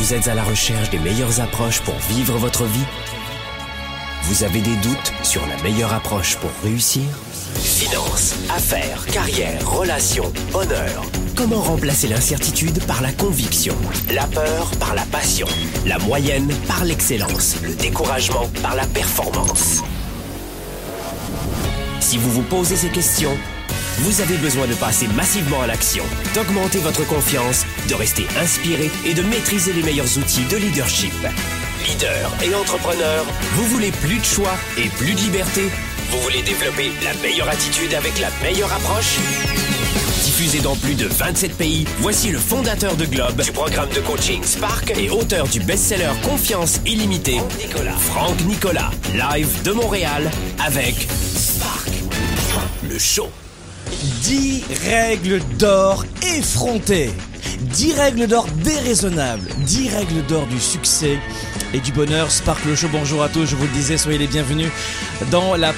Vous êtes à la recherche des meilleures approches pour vivre votre vie? Vous avez des doutes sur la meilleure approche pour réussir? Finances, affaires, carrière, relations, honneur. Comment remplacer l'incertitude par la conviction, la peur par la passion, la moyenne par l'excellence, le découragement par la performance? Si vous vous posez ces questions, vous avez besoin de passer massivement à l'action, d'augmenter votre confiance, de rester inspiré et de maîtriser les meilleurs outils de leadership. Leader et entrepreneur, vous voulez plus de choix et plus de liberté? Vous voulez développer la meilleure attitude avec la meilleure approche? Diffusé dans plus de 27 pays, voici le fondateur de Globe, du programme de coaching Spark et auteur du best-seller Confiance illimitée, Franck Nicolas, live de Montréal avec Spark, le show. 10 règles d'or effrontées, 10 règles d'or déraisonnables, 10 règles d'or du succès et du bonheur. Spark le show, bonjour à tous, je vous le disais, soyez les bienvenus dans la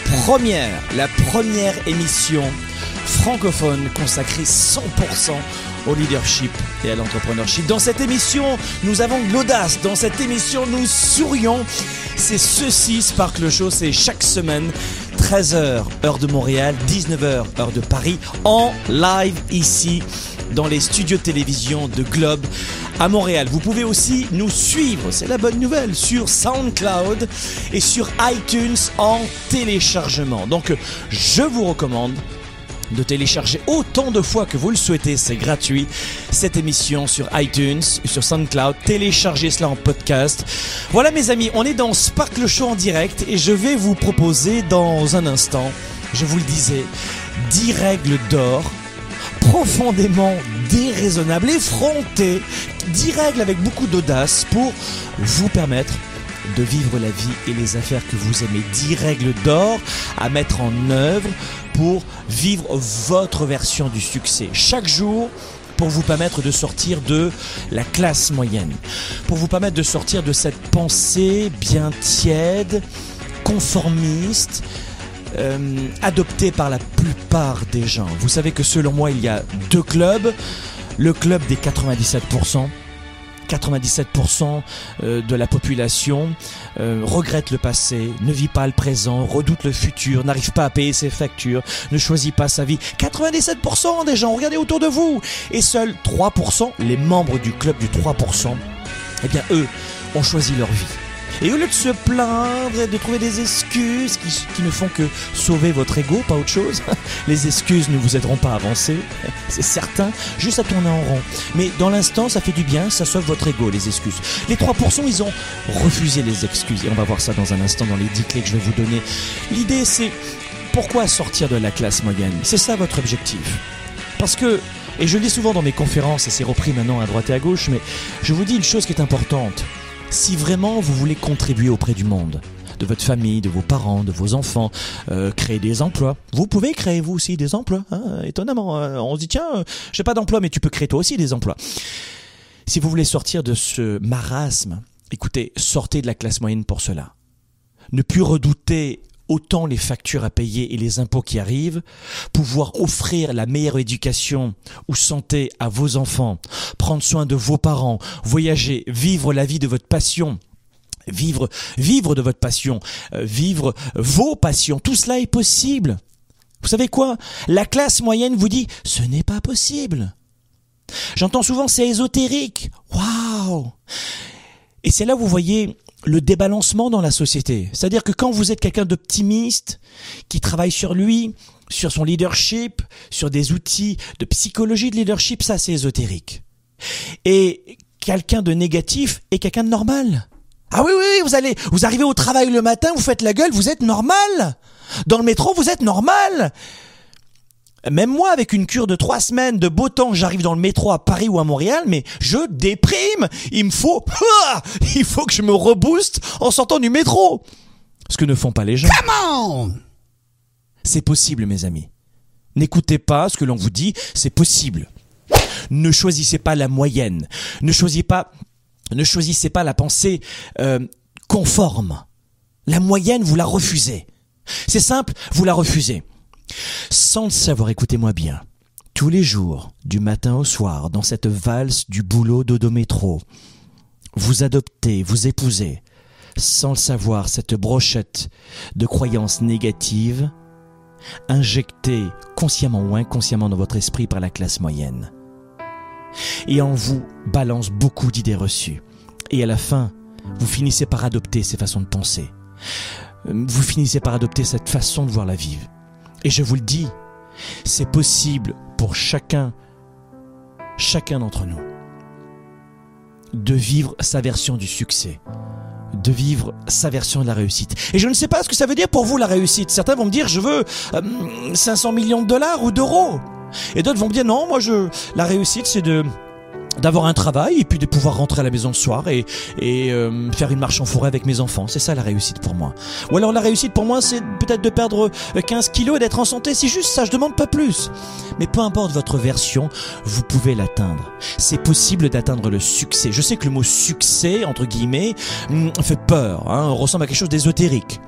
première émission francophone consacrée 100% au leadership et à l'entrepreneurship. Dans cette émission, nous avons de l'audace, dans cette émission, nous sourions. C'est ceci, Spark le show, c'est chaque semaine, 13h, heure de Montréal, 19h, heure de Paris, en live ici, dans les studios de télévision de Globe à Montréal. Vous pouvez aussi nous suivre, c'est la bonne nouvelle, sur SoundCloud et sur iTunes en téléchargement. Donc, je vous recommande de télécharger autant de fois que vous le souhaitez, c'est gratuit, cette émission sur iTunes, sur SoundCloud, téléchargez cela en podcast. Voilà mes amis, on est dans Spark le show en direct et je vais vous proposer dans un instant, je vous le disais, 10 règles d'or profondément déraisonnables, effrontées, 10 règles avec beaucoup d'audace pour vous permettre de vivre la vie et les affaires que vous aimez. 10 règles d'or à mettre en œuvre pour vivre votre version du succès. Chaque jour, pour vous permettre de sortir de la classe moyenne, pour vous permettre de sortir de cette pensée bien tiède, conformiste, adoptée par la plupart des gens. Vous savez que selon moi, il y a 2 clubs. Le club des 97%. 97% de la population regrette le passé, ne vit pas le présent, redoute le futur, n'arrive pas à payer ses factures, ne choisit pas sa vie. 97% des gens, regardez autour de vous. Et seuls 3%, les membres du club du 3%, eh bien eux ont choisi leur vie. Et au lieu de se plaindre et de trouver des excuses qui ne font que sauver votre ego, pas autre chose, les excuses ne vous aideront pas à avancer, c'est certain, juste à tourner en rond. Mais dans l'instant, ça fait du bien, ça sauve votre ego, les excuses. Les 3%, ils ont refusé les excuses. Et on va voir ça dans un instant dans les 10 clés que je vais vous donner. L'idée, c'est pourquoi sortir de la classe moyenne? C'est ça votre objectif. Parce que, et je le dis souvent dans mes conférences, et c'est repris maintenant à droite et à gauche, mais je vous dis une chose qui est importante. Si vraiment vous voulez contribuer auprès du monde, de votre famille, de vos parents, de vos enfants, créer des emplois, vous pouvez créer vous aussi des emplois. Étonnamment, on se dit tiens, j'ai pas d'emploi, mais tu peux créer toi aussi des emplois. Si vous voulez sortir de ce marasme, écoutez, sortez de la classe moyenne pour cela. Ne plus redouter autant les factures à payer et les impôts qui arrivent, pouvoir offrir la meilleure éducation ou santé à vos enfants, prendre soin de vos parents, voyager, vivre la vie de votre passion, vivre de votre passion, vivre vos passions, tout cela est possible. Vous savez quoi? La classe moyenne vous dit « ce n'est pas possible ». J'entends souvent « c'est ésotérique ». Waouh! Et c'est là où vous voyez le débalancement dans la société. C'est-à-dire que quand vous êtes quelqu'un d'optimiste, qui travaille sur lui, sur son leadership, sur des outils de psychologie de leadership, ça c'est ésotérique. Et quelqu'un de négatif est quelqu'un de normal. Ah oui, vous arrivez au travail le matin, vous faites la gueule, vous êtes normal. Dans le métro, vous êtes normal. Même moi, avec une cure de 3 semaines de beau temps, j'arrive dans le métro à Paris ou à Montréal, mais je déprime. Il faut que je me rebooste en sortant du métro. Ce que ne font pas les gens. Come on! C'est possible, mes amis. N'écoutez pas ce que l'on vous dit, c'est possible. Ne choisissez pas la moyenne. Ne choisissez pas la pensée conforme. La moyenne, vous la refusez. C'est simple, vous la refusez. Sans le savoir, écoutez-moi bien, tous les jours, du matin au soir, dans cette valse du boulot dodo métro, vous adoptez, vous épousez, sans le savoir, cette brochette de croyances négatives injectées consciemment ou inconsciemment dans votre esprit par la classe moyenne. Et en vous balance beaucoup d'idées reçues. Et à la fin, vous finissez par adopter ces façons de penser. Vous finissez par adopter cette façon de voir la vie. Et je vous le dis, c'est possible pour chacun d'entre nous de vivre sa version du succès, de vivre sa version de la réussite. Et je ne sais pas ce que ça veut dire pour vous la réussite. Certains vont me dire je veux 500 millions de dollars ou d'euros. Et d'autres vont me dire non, moi la réussite c'est d'avoir un travail et puis de pouvoir rentrer à la maison le soir et faire une marche en forêt avec mes enfants. C'est ça la réussite pour moi. Ou alors la réussite pour moi c'est peut-être de perdre 15 kilos et d'être en santé. C'est juste ça, je demande pas plus. Mais peu importe votre version, vous pouvez l'atteindre. C'est possible d'atteindre le succès. Je sais que le mot succès, entre guillemets, fait peur, ressemble à quelque chose d'ésotérique.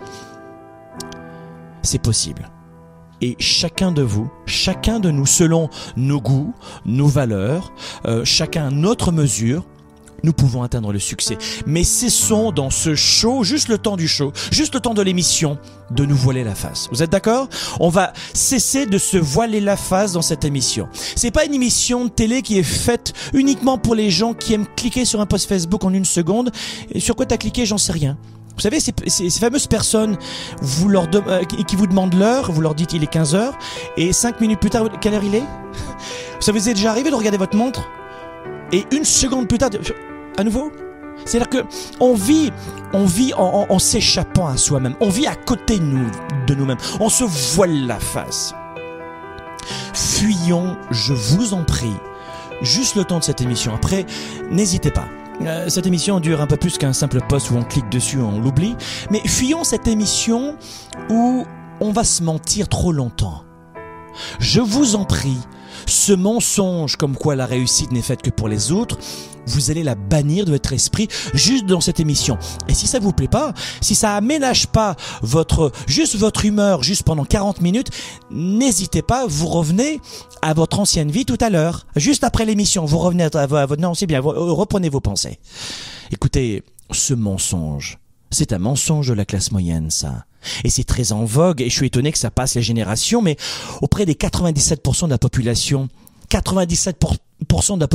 C'est possible. Et chacun de vous, chacun de nous, selon nos goûts, nos valeurs, chacun à notre mesure, nous pouvons atteindre le succès. Mais cessons dans ce show, juste le temps du show, juste le temps de l'émission, de nous voiler la face. Vous êtes d'accord ? On va cesser de se voiler la face dans cette émission. C'est pas une émission de télé qui est faite uniquement pour les gens qui aiment cliquer sur un post Facebook en 1 seconde. Et sur quoi t'as cliqué, j'en sais rien. Vous savez, ces fameuses personnes, qui vous demandent l'heure, vous leur dites il est 15h, et 5 minutes plus tard, quelle heure il est ? Ça vous est déjà arrivé de regarder votre montre ? Et 1 seconde plus tard, à nouveau ? C'est-à-dire que on vit en s'échappant à soi-même. On vit à côté de nous-mêmes. On se voile la face. Fuyons, je vous en prie, juste le temps de cette émission. Après, n'hésitez pas. Cette émission dure un peu plus qu'un simple post où on clique dessus, on l'oublie. Mais fuyons cette émission où on va se mentir trop longtemps. Je vous en prie, ce mensonge comme quoi la réussite n'est faite que pour les autres, vous allez la bannir de votre esprit juste dans cette émission. Et si ça vous plaît pas, si ça aménage pas votre humeur juste pendant 40 minutes, n'hésitez pas, vous revenez à votre ancienne vie tout à l'heure. Juste après l'émission, vous revenez à votre... Non, c'est bien, reprenez vos pensées. Écoutez, ce mensonge, c'est un mensonge de la classe moyenne, ça. Et c'est très en vogue, et je suis étonné que ça passe les générations, mais auprès des 97% de la population, 97% de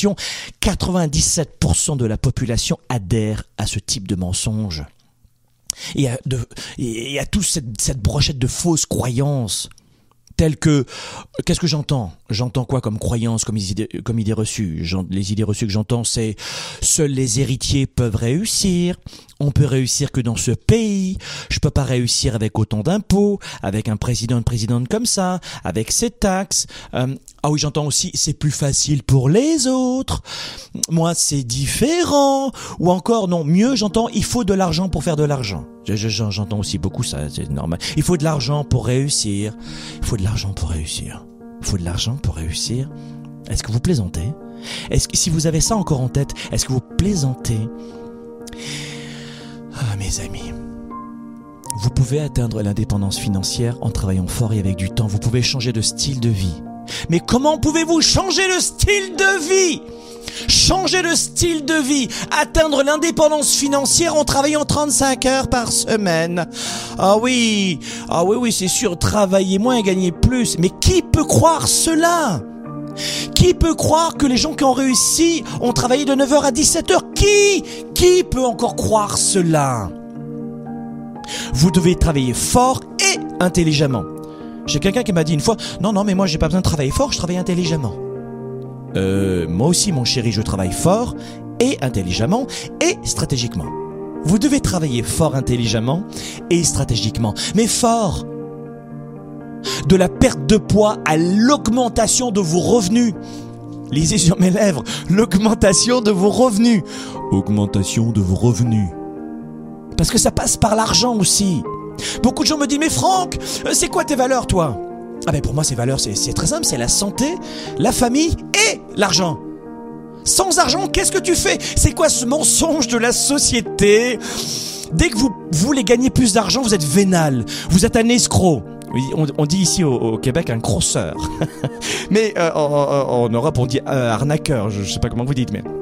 la population adhère à ce type de mensonge. Et à toute cette brochette de fausses croyances, telles que, qu'est-ce que j'entends ? J'entends quoi comme croyances, comme idées reçues ? Les idées reçues que j'entends, c'est seuls les héritiers peuvent réussir. On peut réussir que dans ce pays. Je peux pas réussir avec autant d'impôts, avec un président, une présidente comme ça, avec ses taxes. Ah oui, j'entends aussi, c'est plus facile pour les autres. Moi, c'est différent. Ou encore, non, mieux, j'entends, il faut de l'argent pour faire de l'argent. J'entends aussi beaucoup ça, c'est normal. Il faut de l'argent pour réussir. Il faut de l'argent pour réussir. Il faut de l'argent pour réussir. Est-ce que vous plaisantez ? Est-ce que si vous avez ça encore en tête, est-ce que vous plaisantez ? Ah, mes amis, vous pouvez atteindre l'indépendance financière en travaillant fort et avec du temps. Vous pouvez changer de style de vie. Mais comment pouvez-vous changer de style de vie ? Changer de style de vie, atteindre l'indépendance financière en travaillant 35 heures par semaine. Ah oui, c'est sûr, travailler moins et gagner plus. Mais qui peut croire cela ? Qui peut croire que les gens qui ont réussi ont travaillé de 9h à 17h ? Qui peut encore croire cela ? Vous devez travailler fort et intelligemment. J'ai quelqu'un qui m'a dit une fois, non, mais moi j'ai pas besoin de travailler fort, je travaille intelligemment. Moi aussi mon chéri, je travaille fort et intelligemment et stratégiquement. Vous devez travailler fort intelligemment et stratégiquement, mais fort. De la perte de poids à l'augmentation de vos revenus. Lisez sur mes lèvres, l'augmentation de vos revenus. Augmentation de vos revenus. Parce que ça passe par l'argent aussi. Beaucoup de gens me disent, mais Franck, c'est quoi tes valeurs toi ? Ah ben pour moi ces valeurs c'est très simple, c'est la santé, la famille et l'argent. Sans argent, qu'est-ce que tu fais ? C'est quoi ce mensonge de la société ? Dès que vous voulez gagner plus d'argent, vous êtes vénal, vous êtes un escroc. On dit ici au Québec un crosseur. Mais en Europe on dit arnaqueur, je sais pas comment vous dites mais...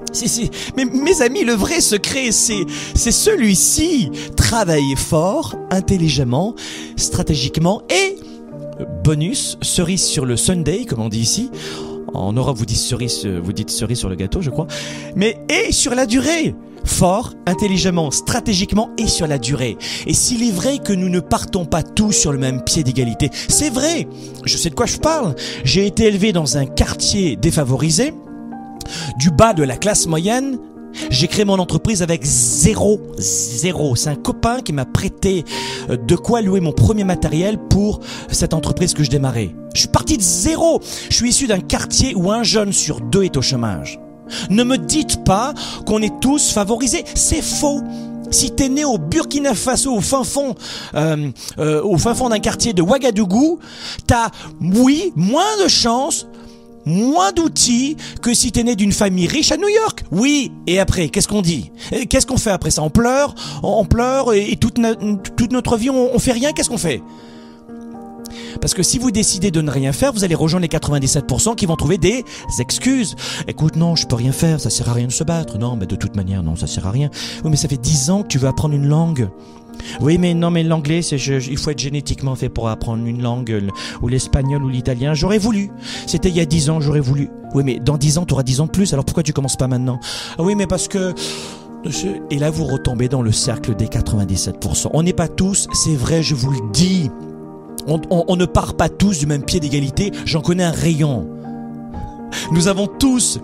Mais mes amis, le vrai secret, c'est celui-ci. Travailler fort, intelligemment, stratégiquement et, bonus, cerise sur le sundae, comme on dit ici. En Europe, vous dites cerise sur le gâteau, je crois. Et sur la durée. Fort, intelligemment, stratégiquement et sur la durée. Et s'il est vrai que nous ne partons pas tous sur le même pied d'égalité, c'est vrai. Je sais de quoi je parle. J'ai été élevé dans un quartier défavorisé, du bas de la classe moyenne. J'ai créé mon entreprise avec zéro. C'est un copain qui m'a prêté de quoi louer mon premier matériel pour cette entreprise que je démarrais. Je suis parti de zéro. Je suis issu d'un quartier où un jeune sur 2 est au chômage. Ne me dites pas qu'on est tous favorisés. C'est faux. Si t'es né au Burkina Faso, au fin fond d'un quartier de Ouagadougou, t'as, oui, moins de chance, moins d'outils que si t'es né d'une famille riche à New York. Oui, et après, qu'est-ce qu'on dit? Qu'est-ce qu'on fait après ça? On pleure et toute notre vie, on fait rien. Qu'est-ce qu'on fait? Parce que si vous décidez de ne rien faire, vous allez rejoindre les 97% qui vont trouver des excuses. Écoute, non, je peux rien faire, ça sert à rien de se battre. Non, mais de toute manière, non, ça sert à rien. Oui, mais ça fait 10 ans que tu veux apprendre une langue. Oui, mais non, mais l'anglais, il faut être génétiquement fait pour apprendre une langue, ou l'espagnol ou l'italien. J'aurais voulu. C'était il y a 10 ans, j'aurais voulu. Oui, mais dans 10 ans, tu auras 10 ans de plus, alors pourquoi tu commences pas maintenant? Ah oui, mais parce que... Et là, vous retombez dans le cercle des 97%. On n'est pas tous, c'est vrai, je vous le dis. On ne part pas tous du même pied d'égalité. J'en connais un rayon. Nous avons tous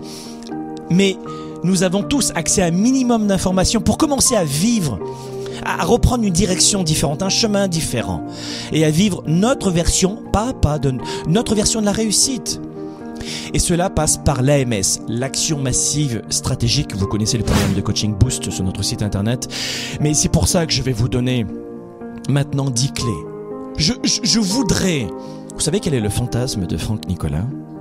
accès à un minimum d'informations pour commencer à vivre, à reprendre une direction différente, un chemin différent, et à vivre notre version, notre version de la réussite. Et cela passe par l'AMS, l'action massive stratégique. Vous connaissez le programme de coaching Boost sur notre site internet. Mais c'est pour ça que je vais vous donner maintenant 10 clés. Je voudrais... Vous savez quel est le fantasme de Franck Nicolas?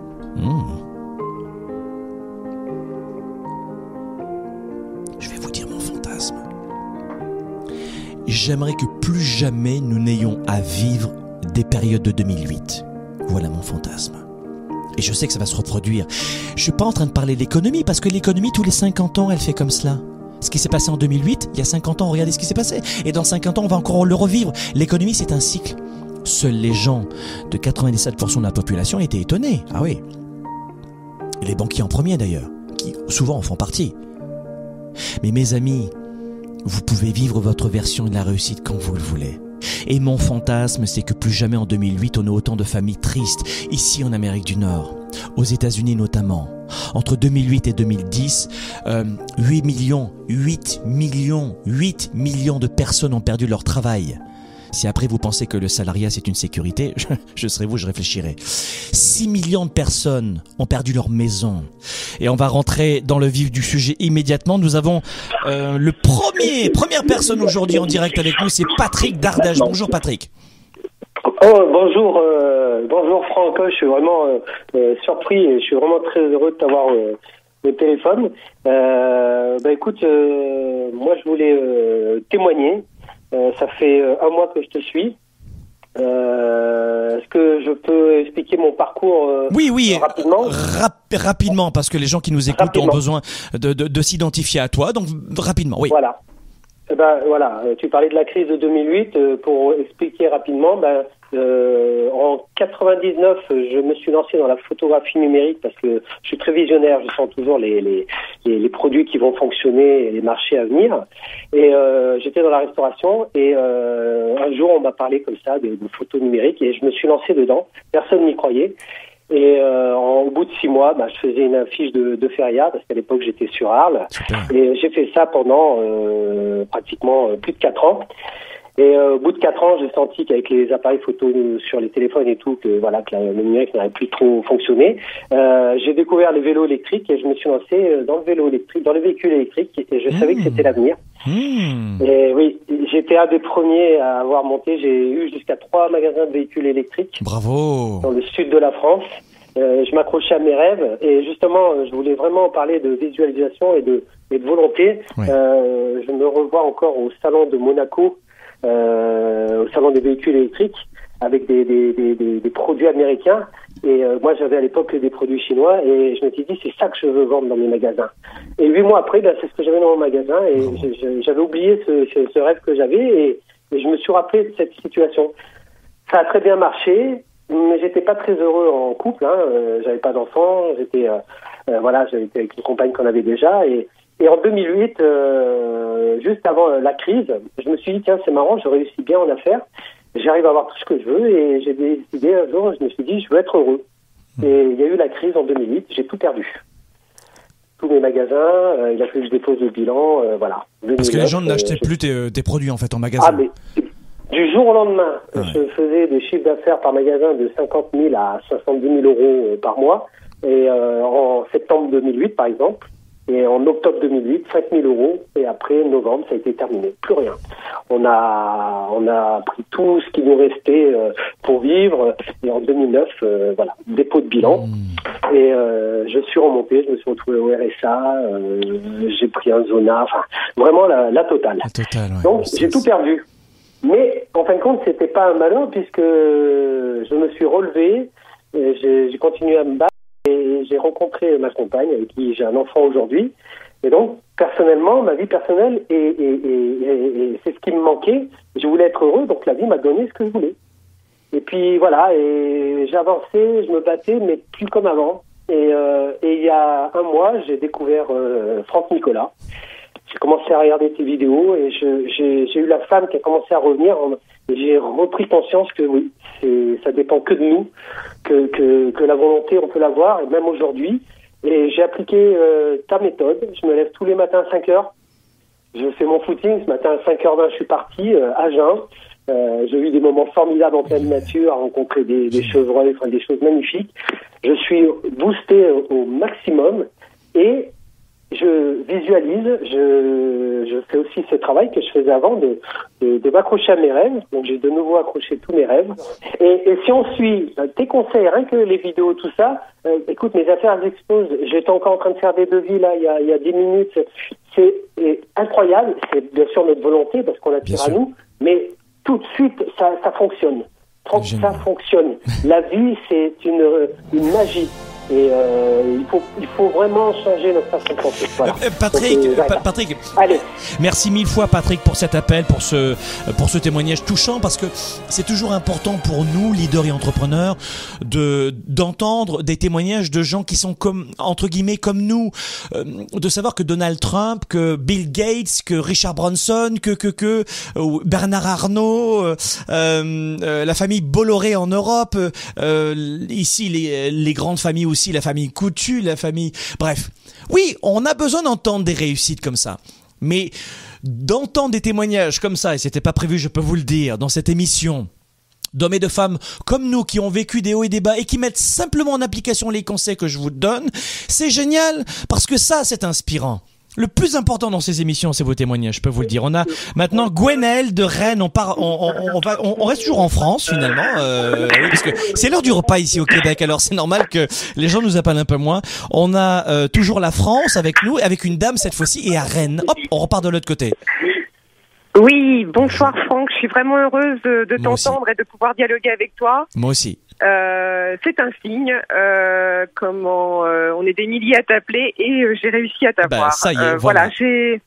Je vais vous dire mon fantasme. J'aimerais que plus jamais nous n'ayons à vivre des périodes de 2008. Voilà mon fantasme. Et je sais que ça va se reproduire. Je suis pas en train de parler de l'économie, parce que l'économie, tous les 50 ans, elle fait comme cela. Ce qui s'est passé en 2008, il y a 50 ans, regardez ce qui s'est passé. Et dans 50 ans, on va encore le revivre. L'économie, c'est un cycle. Seuls les gens de 97% de la population étaient étonnés. Ah oui. Et les banquiers en premier d'ailleurs, qui souvent en font partie. Mais mes amis, vous pouvez vivre votre version de la réussite quand vous le voulez. Et mon fantasme, c'est que plus jamais en 2008, on ait autant de familles tristes, ici en Amérique du Nord, aux États-Unis notamment. Entre 2008 et 2010, 8 millions de personnes ont perdu leur travail. Si après vous pensez que le salariat c'est une sécurité, je serais vous, je réfléchirais. 6 millions de personnes ont perdu leur maison. Et on va rentrer dans le vif du sujet immédiatement. Nous avons première personne aujourd'hui en direct avec nous, c'est Patrick d'Ardèche. Bonjour Patrick. Bonjour Franck, je suis vraiment surpris et je suis vraiment très heureux de t'avoir au téléphone. Écoute, moi je voulais témoigner. Ça fait un mois que je te suis. Est-ce que je peux expliquer mon parcours oui, rapidement rapidement, parce que les gens qui nous écoutent ont besoin de s'identifier à toi. Donc rapidement, oui. Voilà. Tu parlais de la crise de 2008. Pour expliquer rapidement, en 99, je me suis lancé dans la photographie numérique parce que je suis très visionnaire. Je sens toujours les produits qui vont fonctionner et les marchés à venir. Et j'étais dans la restauration et un jour on m'a parlé comme ça de photos numériques et je me suis lancé dedans. Personne n'y croyait. Et au bout de 6 mois, je faisais une affiche de feria parce qu'à l'époque j'étais sur Arles. Super. Et j'ai fait ça pendant pratiquement plus de 4 ans. Et au bout de 4 ans, j'ai senti qu'avec les appareils photo sur les téléphones et tout, que le numérique n'avait plus trop fonctionné. J'ai découvert les vélos électriques et je me suis lancé dans le véhicule électrique et je savais que c'était l'avenir. Et oui, j'étais un des premiers à avoir monté. J'ai eu jusqu'à 3 magasins de véhicules électriques. Bravo. Dans le sud de la France. Je m'accrochais à mes rêves et justement, je voulais vraiment parler de visualisation et de volonté. Ouais. Je me revois encore au salon de Monaco au salon des véhicules électriques avec des produits américains. Et moi, j'avais à l'époque des produits chinois et je me suis dit, c'est ça que je veux vendre dans mes magasins. Et 8 mois après, c'est ce que j'avais dans mon magasin et j'avais oublié ce rêve que j'avais et je me suis rappelé de cette situation. Ça a très bien marché, mais j'étais pas très heureux en couple. J'avais pas d'enfants, j'étais avec une compagne qu'on avait déjà. Et en 2008, juste avant la crise, je me suis dit, tiens, c'est marrant, je réussis bien en affaires. J'arrive à avoir tout ce que je veux et j'ai décidé un jour, je me suis dit, je veux être heureux. Et il y a eu la crise en 2008, j'ai tout perdu. Tous mes magasins, il a fallu que je dépose le bilan, voilà. 2009, parce que les gens n'achetaient plus tes produits en fait en magasin. Ah, mais du jour au lendemain, je faisais des chiffres d'affaires par magasin de 50 000 à 70 000 euros par mois. Et en septembre 2008, par exemple, et en octobre 2008, 5 000 euros. Et après, novembre, ça a été terminé. Plus rien. On a pris tout ce qui nous restait pour vivre. Et en 2009, dépôt de bilan. Et je suis remonté, je me suis retrouvé au RSA. J'ai pris un Zona. Enfin, vraiment la totale. La totale, ouais. Donc, j'ai tout perdu. Mais, en fin de compte, c'était pas un malheur puisque je me suis relevé. J'ai continué à me battre. Et j'ai rencontré ma compagne avec qui j'ai un enfant aujourd'hui. Et donc, personnellement, ma vie personnelle, et c'est ce qui me manquait. Je voulais être heureux, donc la vie m'a donné ce que je voulais. Et puis voilà, et j'avançais, je me battais, mais plus comme avant. Et il y a un mois, j'ai découvert Franck Nicolas. J'ai commencé à regarder tes vidéos et j'ai eu la femme qui a commencé à revenir. Et j'ai repris conscience que oui, ça dépend que de nous, que la volonté, on peut l'avoir, et même aujourd'hui. Et j'ai appliqué ta méthode. Je me lève tous les matins à 5 heures. Je fais mon footing. Ce matin à 5h20, je suis parti à jeun. J'ai eu des moments formidables en pleine nature, à rencontrer des chevreuils, enfin des choses magnifiques. Je suis boosté au maximum et je visualise, je fais aussi ce travail que je faisais avant de m'accrocher à mes rêves. Donc j'ai de nouveau accroché tous mes rêves. Et si on suit tes conseils, rien que les vidéos, tout ça, écoute, mes affaires explosent. J'étais encore en train de faire des devis là il y a 10 minutes. C'est incroyable. C'est bien sûr notre volonté parce qu'on attire à nous, mais tout de suite ça fonctionne. Ça fonctionne. La vie, c'est une magie. Et il faut vraiment changer notre façon de penser. Voilà. Patrick, allez. Merci mille fois Patrick pour cet appel, pour ce témoignage touchant, parce que c'est toujours important pour nous, leaders et entrepreneurs, d'entendre des témoignages de gens qui sont entre guillemets comme nous, de savoir que Donald Trump, que Bill Gates, que Richard Branson, que Bernard Arnault, la famille Bolloré en Europe, ici les grandes familles aussi, la famille Coutu, la famille... Bref, oui, on a besoin d'entendre des réussites comme ça. Mais d'entendre des témoignages comme ça, et c'était pas prévu, je peux vous le dire, dans cette émission, d'hommes et de femmes comme nous qui ont vécu des hauts et des bas et qui mettent simplement en application les conseils que je vous donne, c'est génial, parce que ça, c'est inspirant. Le plus important dans ces émissions, c'est vos témoignages, je peux vous le dire. On a maintenant Gwenaëlle de Rennes. On reste toujours en France finalement, parce que c'est l'heure du repas ici au Québec. Alors c'est normal que les gens nous appellent un peu moins. On a toujours la France avec nous, avec une dame cette fois-ci, et à Rennes. Hop, on repart de l'autre côté. Oui, bonsoir Franck. Je suis vraiment heureuse de t'entendre et de pouvoir dialoguer avec toi. Moi aussi. C'est un signe. On est des milliers à t'appeler et j'ai réussi à t'avoir. Ça y est, voilà, j'ai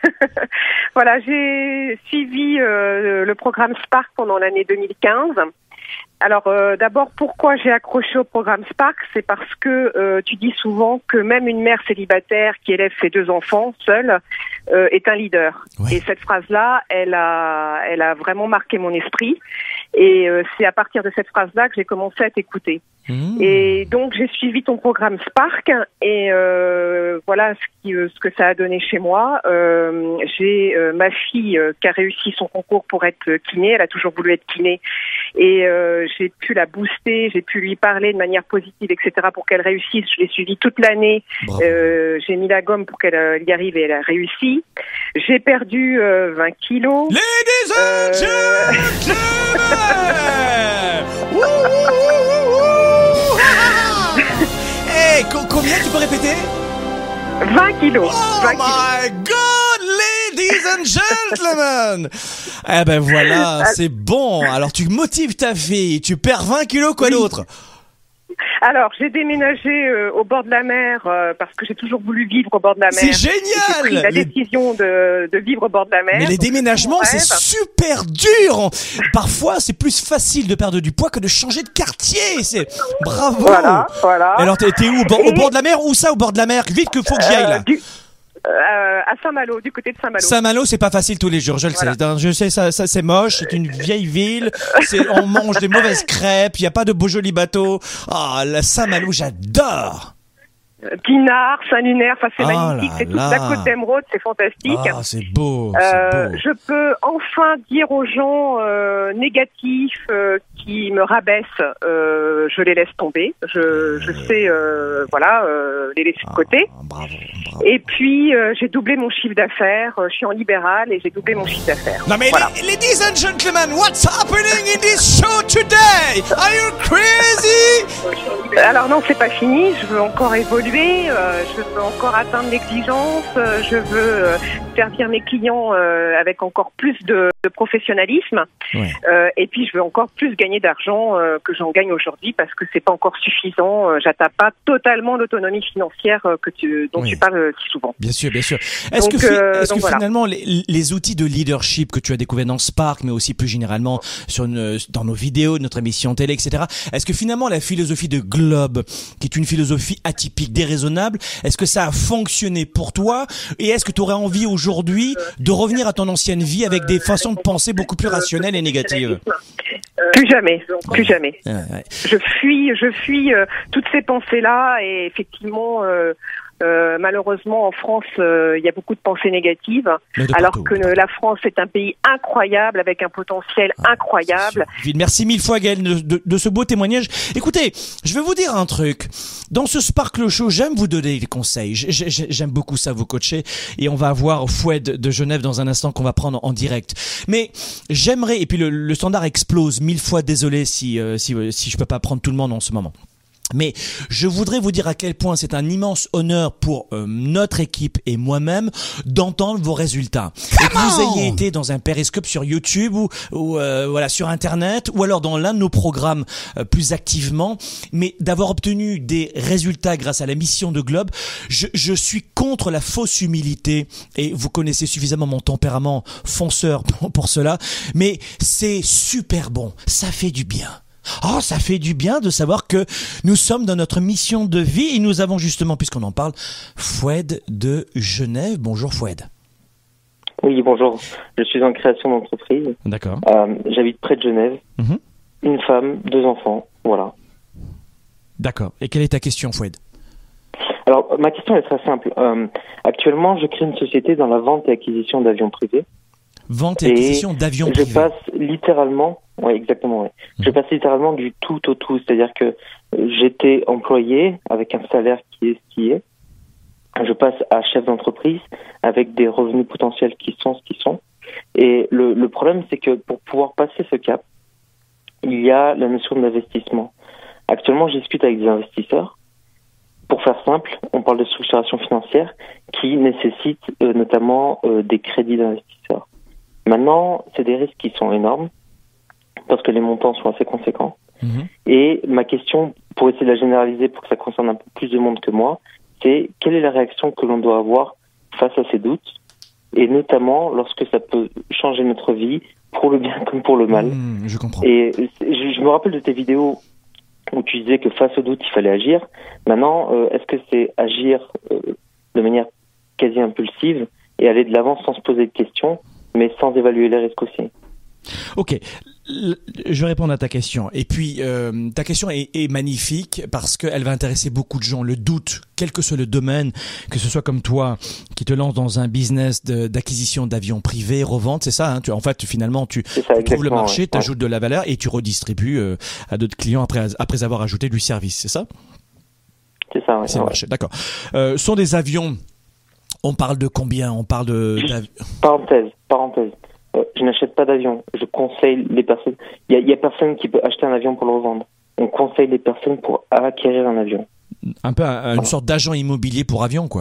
suivi le programme Spark pendant l'année 2015. Alors d'abord, pourquoi j'ai accroché au programme Spark? C'est parce que tu dis souvent que même une mère célibataire qui élève ses 2 enfants seule est un leader. Ouais. Et cette phrase-là, elle a vraiment marqué mon esprit. Et c'est à partir de cette phrase-là que j'ai commencé à t'écouter. Et donc j'ai suivi ton programme Spark et voilà ce que ça a donné chez moi. J'ai ma fille qui a réussi son concours pour être kiné. Elle a toujours voulu être kiné et j'ai pu la booster, j'ai pu lui parler de manière positive, etc. pour qu'elle réussisse. Je l'ai suivie toute l'année. J'ai mis la gomme pour qu'elle y arrive et elle a réussi. J'ai perdu 20 kilos. Ladies and gentlemen. Hey, combien tu peux répéter? 20 kilos. Oh 20 my kilos. God, ladies Ladies and gentlemen. Eh ben voilà, c'est bon. Alors tu motives ta fille, tu perds 20 kilos, quoi d'autre? Alors, j'ai déménagé au bord de la mer parce que j'ai toujours voulu vivre au bord de la mer. C'est génial! J'ai pris la décision de vivre au bord de la mer. Mais les déménagements, c'est super dur. Parfois, c'est plus facile de perdre du poids que de changer de quartier. C'est bravo. Voilà. Alors, t'es où? Au bord de la mer? Où ça, au bord de la mer? Vite que faut que j'y aille, là. À Saint-Malo, du côté de Saint-Malo. Saint-Malo, c'est pas facile tous les jours, je le sais. Je sais, ça c'est moche, c'est une vieille ville, on mange des mauvaises crêpes, il y a pas de beaux jolis bateaux. Ah, la Saint-Malo, j'adore. Pinard, Saint-Lunaire, c'est magnifique, c'est toute la côte d'Émeraude, c'est fantastique. Ah, c'est beau, Je peux enfin dire aux gens négatifs qui me rabaissent, je les laisse tomber. Je sais, les laisser de côté. Bravo. Et puis, j'ai doublé mon chiffre d'affaires. Je suis en libéral et j'ai doublé mon chiffre d'affaires. Non mais ladies and gentlemen, what's happening in this show today? Are you crazy? Alors non, c'est pas fini. Je veux encore évoluer. Je veux encore atteindre l'exigence. Je veux servir mes clients avec encore plus de professionnalisme. Ouais. Et puis, je veux encore plus gagner d'argent que j'en gagne aujourd'hui parce que c'est pas encore suffisant. J'atteins pas totalement l'autonomie financière dont tu parles si souvent. Bien sûr. Est-ce que finalement les outils de leadership que tu as découvert dans Spark, mais aussi plus généralement dans nos vidéos, notre émission télé, etc. Est-ce que finalement la philosophie de Globe, qui est une philosophie atypique, déraisonnable, est-ce que ça a fonctionné pour toi? Et est-ce que tu aurais envie aujourd'hui de revenir à ton ancienne vie avec des façons de penser beaucoup plus rationnelles et négatives? Plus jamais. Ouais. Je fuis toutes ces pensées-là et effectivement, malheureusement en France, il y a beaucoup de pensées négatives, alors que la France est un pays incroyable avec un potentiel incroyable. Merci mille fois Gaël de ce beau témoignage. Écoutez, je vais vous dire un truc. Dans ce Sparkle Show, j'aime vous donner des conseils. J'aime beaucoup ça, vous coacher. Et on va avoir Foued de Genève dans un instant qu'on va prendre en direct. Mais j'aimerais, et puis le standard explose, mille fois désolé si je peux pas prendre tout le monde en ce moment. Mais je voudrais vous dire à quel point c'est un immense honneur pour notre équipe et moi-même d'entendre vos résultats. Et que vous ayez été dans un périscope sur YouTube ou sur Internet ou alors dans l'un de nos programmes plus activement, mais d'avoir obtenu des résultats grâce à la mission de Globe. Je suis contre la fausse humilité et vous connaissez suffisamment mon tempérament fonceur pour cela, mais c'est super bon, ça fait du bien. Oh, ça fait du bien de savoir que nous sommes dans notre mission de vie et nous avons justement, puisqu'on en parle, Foued de Genève. Bonjour Foued. Oui, bonjour. Je suis en création d'entreprise. D'accord. J'habite près de Genève. Mm-hmm. Une femme, 2 enfants, voilà. D'accord. Et quelle est ta question, Foued? Alors, ma question est très simple. Actuellement, je crée une société dans la vente et acquisition d'avions privés. Vente et acquisition d'avions privés. Je passe littéralement... Oui, exactement. Ouais. Je passe littéralement du tout au tout, c'est-à-dire que j'étais employé avec un salaire qui est ce qui est. Je passe à chef d'entreprise avec des revenus potentiels qui sont ce qu'ils sont. Et le problème, c'est que pour pouvoir passer ce cap, il y a la notion d'investissement. Actuellement, je discute avec des investisseurs. Pour faire simple, on parle de structuration financière qui nécessite notamment des crédits d'investisseurs. Maintenant, c'est des risques qui sont énormes, parce que les montants sont assez conséquents. Mmh. Et ma question, pour essayer de la généraliser, pour que ça concerne un peu plus de monde que moi, c'est quelle est la réaction que l'on doit avoir face à ces doutes, et notamment lorsque ça peut changer notre vie, pour le bien comme pour le mal. Je comprends. Et je me rappelle de tes vidéos où tu disais que face aux doutes, il fallait agir. Maintenant, est-ce que c'est agir de manière quasi impulsive et aller de l'avant sans se poser de questions, mais sans évaluer les risques aussi? Ok, je vais répondre à ta question. Et puis, ta question est magnifique parce qu'elle va intéresser beaucoup de gens. Le doute, quel que soit le domaine, que ce soit comme toi qui te lance dans un business d'acquisition d'avions privés, revente, c'est ça, hein, finalement, tu trouves le marché, tu ajoutes de la valeur et tu redistribues à d'autres clients après avoir ajouté du service, c'est ça? C'est ça, oui. C'est le marché, d'accord. Sont des avions, on parle de combien? On parle de... Parenthèse. Je n'achète pas d'avion. Je conseille les personnes. Il y a personne qui peut acheter un avion pour le revendre. On conseille les personnes pour acquérir un avion. Un peu une sorte d'agent immobilier pour avion, quoi.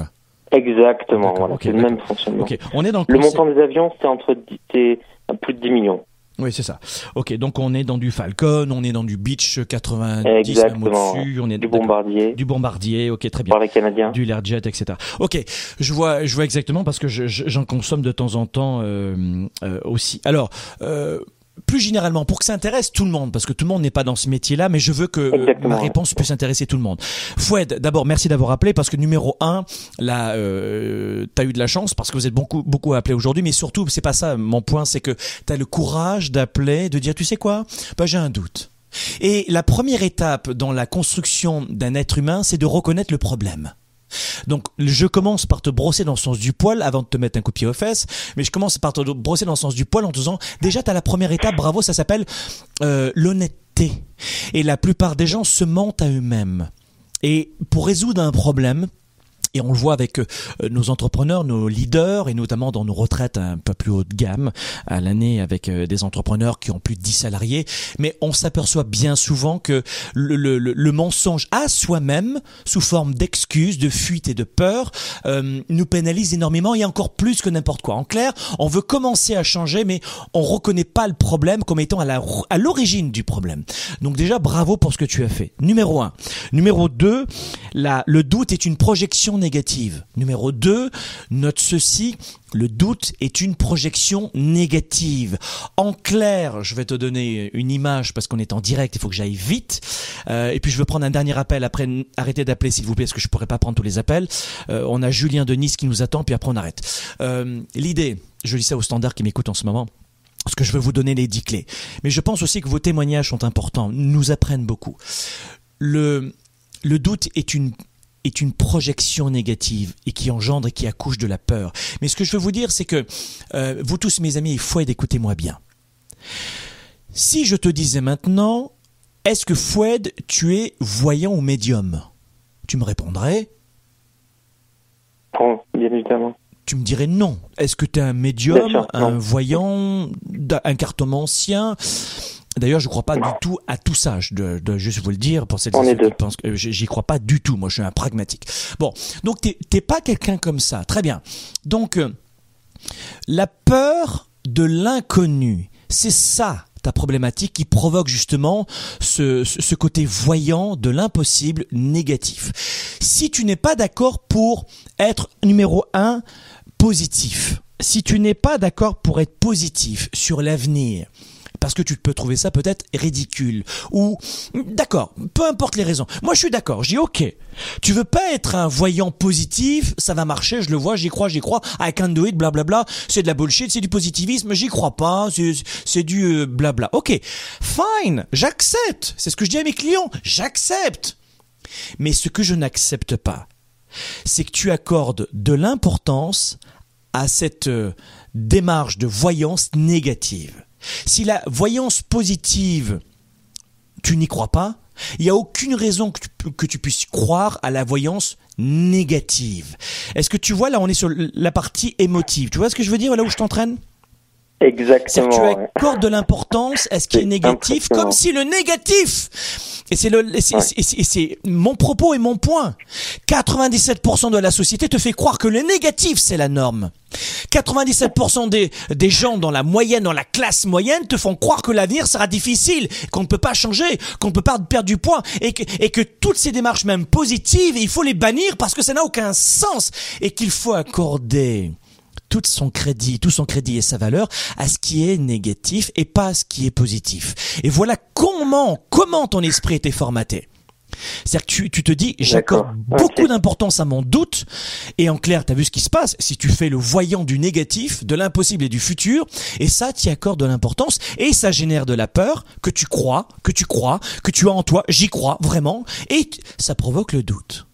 Exactement, D'accord, voilà, ok, c'est le même fonctionnement. Ok, on est dans Le montant des avions, c'est plus de 10 millions. Oui, c'est ça. Ok, donc on est dans du Falcon, on est dans du Beech 90, Exactement, même au-dessus, on est du Bombardier. Du Bombardier, ok, très bien. Par les Canadiens. Du Learjet, etc. Ok, je vois exactement parce que j'en consomme de temps en temps aussi. Alors, plus généralement, pour que ça intéresse tout le monde, parce que tout le monde n'est pas dans ce métier-là, mais je veux que ma réponse puisse intéresser tout le monde. Foued, d'abord, merci d'avoir appelé, parce que numéro 1, là, t'as eu de la chance, parce que vous êtes beaucoup à appeler aujourd'hui, mais surtout, c'est pas ça, mon point, c'est que t'as le courage d'appeler, de dire, tu sais quoi, j'ai un doute. Et la première étape dans la construction d'un être humain, c'est de reconnaître le problème. Donc, je commence par te brosser dans le sens du poil avant de te mettre un coup de pied aux fesses, mais je commence par te brosser dans le sens du poil en te disant, déjà, t'as la première étape, bravo, ça s'appelle l'honnêteté. Et la plupart des gens se mentent à eux-mêmes. Et pour résoudre un problème, et on le voit avec nos entrepreneurs, nos leaders, et notamment dans nos retraites un peu plus haut de gamme à l'année avec des entrepreneurs qui ont plus de 10 salariés. Mais on s'aperçoit bien souvent que le mensonge à soi-même, sous forme d'excuses, de fuite et de peur, nous pénalise énormément et encore plus que n'importe quoi. En clair, on veut commencer à changer, mais on reconnaît pas le problème comme étant à l'origine du problème. Donc déjà, bravo pour ce que tu as fait. Numéro 1. Numéro 2, le doute est une projection négative. Numéro 2, note ceci, le doute est une projection négative. En clair, je vais te donner une image parce qu'on est en direct, il faut que j'aille vite. Et puis je veux prendre un dernier appel, après arrêtez d'appeler s'il vous plaît, parce que je pourrais pas prendre tous les appels. On a Julien de Nice qui nous attend, puis après on arrête. L'idée, je dis ça aux standards qui m'écoutent en ce moment, parce que je veux vous donner les 10 clés. Mais je pense aussi que vos témoignages sont importants, nous apprennent beaucoup. Le doute est une projection négative et qui engendre et qui accouche de la peur. Mais ce que je veux vous dire, c'est que vous tous mes amis, il faut écoutez-moi bien. Si je te disais maintenant, est-ce que Foued, tu es voyant ou médium? Tu me répondrais? Bon, bien évidemment. Tu me dirais non. Est-ce que tu es un médium, bien sûr, un voyant, un cartomancien? D'ailleurs, je crois pas du tout à tout ça. Je dois juste vous le dire pour celles et ceux qui pensent que j'y crois pas du tout. Moi, je suis un pragmatique. Bon, donc t'es pas quelqu'un comme ça. Très bien. Donc, la peur de l'inconnu, c'est ça ta problématique qui provoque justement ce côté voyant de l'impossible négatif. Si tu n'es pas d'accord pour être numéro 1 positif, si tu n'es pas d'accord pour être positif sur l'avenir, parce que tu peux trouver ça peut-être ridicule ou d'accord, peu importe les raisons. Moi, je suis d'accord. Je dis OK. Tu veux pas être un voyant positif, ça va marcher, je le vois, j'y crois. I can do it, blablabla. C'est de la bullshit, c'est du positivisme, j'y crois pas, c'est du blabla. OK. Fine, j'accepte. C'est ce que je dis à mes clients, j'accepte. Mais ce que je n'accepte pas, c'est que tu accordes de l'importance à cette démarche de voyance négative. Si la voyance positive, tu n'y crois pas, il n'y a aucune raison que tu puisses croire à la voyance négative. Est-ce que tu vois, là on est sur la partie émotive. Tu vois ce que je veux dire, là où je t'entraîne ? Exactement. C'est-à-dire que tu accordes de l'importance à ce qui est négatif, comme si le négatif, et c'est mon propos et mon point, 97% de la société te fait croire que le négatif c'est la norme. 97% des gens dans la moyenne, dans la classe moyenne, te font croire que l'avenir sera difficile, qu'on ne peut pas changer, qu'on ne peut pas perdre du poids, et que toutes ces démarches même positives, il faut les bannir parce que ça n'a aucun sens, et qu'il faut accorder tout son crédit et sa valeur à ce qui est négatif et pas à ce qui est positif. Et voilà comment ton esprit était formaté. C'est-à-dire que tu te dis, j'accorde beaucoup d'importance à mon doute, et en clair, tu as vu ce qui se passe, si tu fais le voyant du négatif, de l'impossible et du futur, et ça, tu y accordes de l'importance, et ça génère de la peur, que tu as en toi, j'y crois vraiment, et ça provoque le doute.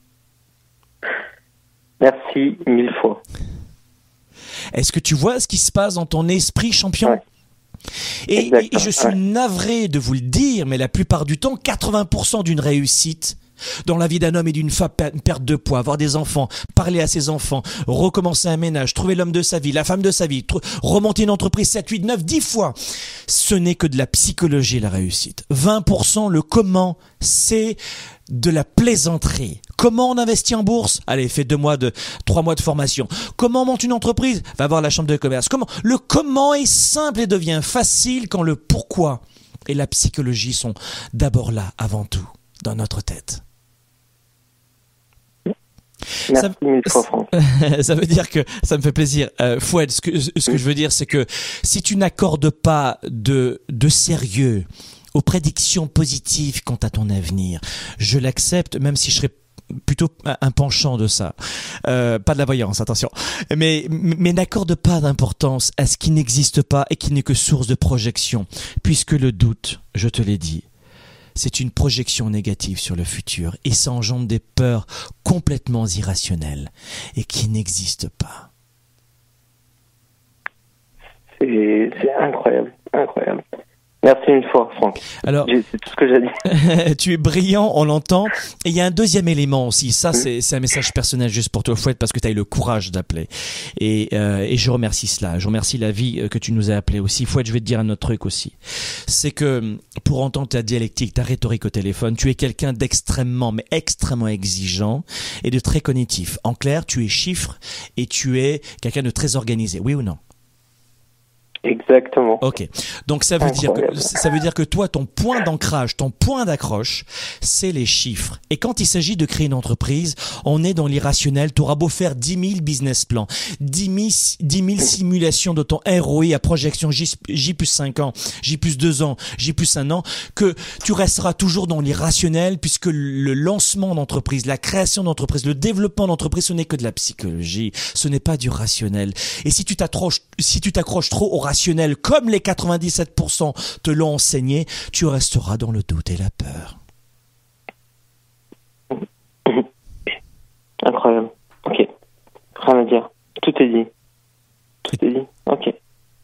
Merci 1000 fois. Est-ce que tu vois ce qui se passe dans ton esprit, champion ? Ouais. Et je suis navré de vous le dire, mais la plupart du temps, 80% d'une réussite dans la vie d'un homme et d'une femme, perte de poids, avoir des enfants, parler à ses enfants, recommencer un ménage, trouver l'homme de sa vie, la femme de sa vie, remonter une entreprise 7, 8, 9, 10 fois, ce n'est que de la psychologie, la réussite. 20%, le comment, c'est de la plaisanterie. Comment on investit en bourse? Allez, fais 3 mois de formation. Comment on monte une entreprise? Va voir la chambre de commerce. Le comment est simple et devient facile quand le pourquoi et la psychologie sont d'abord là, avant tout, dans notre tête. Merci mille fois, Franck. Ça veut dire que ça me fait plaisir. Fouad, ce que je veux dire, c'est que si tu n'accordes pas de sérieux aux prédictions positives quant à ton avenir, je l'accepte, même si je serais plutôt un penchant de ça. Pas de la voyance, attention. Mais n'accorde pas d'importance à ce qui n'existe pas et qui n'est que source de projection, puisque le doute, je te l'ai dit, c'est une projection négative sur le futur et ça engendre des peurs complètement irrationnelles et qui n'existent pas. C'est incroyable, incroyable. Merci une fois, Franck. Alors, c'est tout ce que j'ai dit. Tu es brillant, on l'entend. Et il y a un deuxième élément aussi. Ça, c'est un message personnel juste pour toi, Fouad, parce que tu as eu le courage d'appeler. Et je remercie cela. Je remercie la vie que tu nous as appelé aussi. Fouad, je vais te dire un autre truc aussi. C'est que pour entendre ta dialectique, ta rhétorique au téléphone, tu es quelqu'un d'extrêmement, mais extrêmement exigeant et de très cognitif. En clair, tu es chiffre et tu es quelqu'un de très organisé. Oui ou non? Exactement. Ok. Donc ça veut dire que toi, ton point d'ancrage, ton point d'accroche, c'est les chiffres. Et quand il s'agit de créer une entreprise, on est dans l'irrationnel. Tu auras beau faire 10 000 business plans, 10 000 simulations de ton ROI à projection J plus 5 ans, J plus 2 ans, J plus 1 an, que tu resteras toujours dans l'irrationnel puisque le lancement d'entreprise, la création d'entreprise, le développement d'entreprise, ce n'est que de la psychologie. Ce n'est pas du rationnel. Et si tu t'accroches trop au rationnel, comme les 97% te l'ont enseigné, tu resteras dans le doute et la peur. Incroyable. Ok. Rien à dire. Tout est dit. Tout est dit. Ok.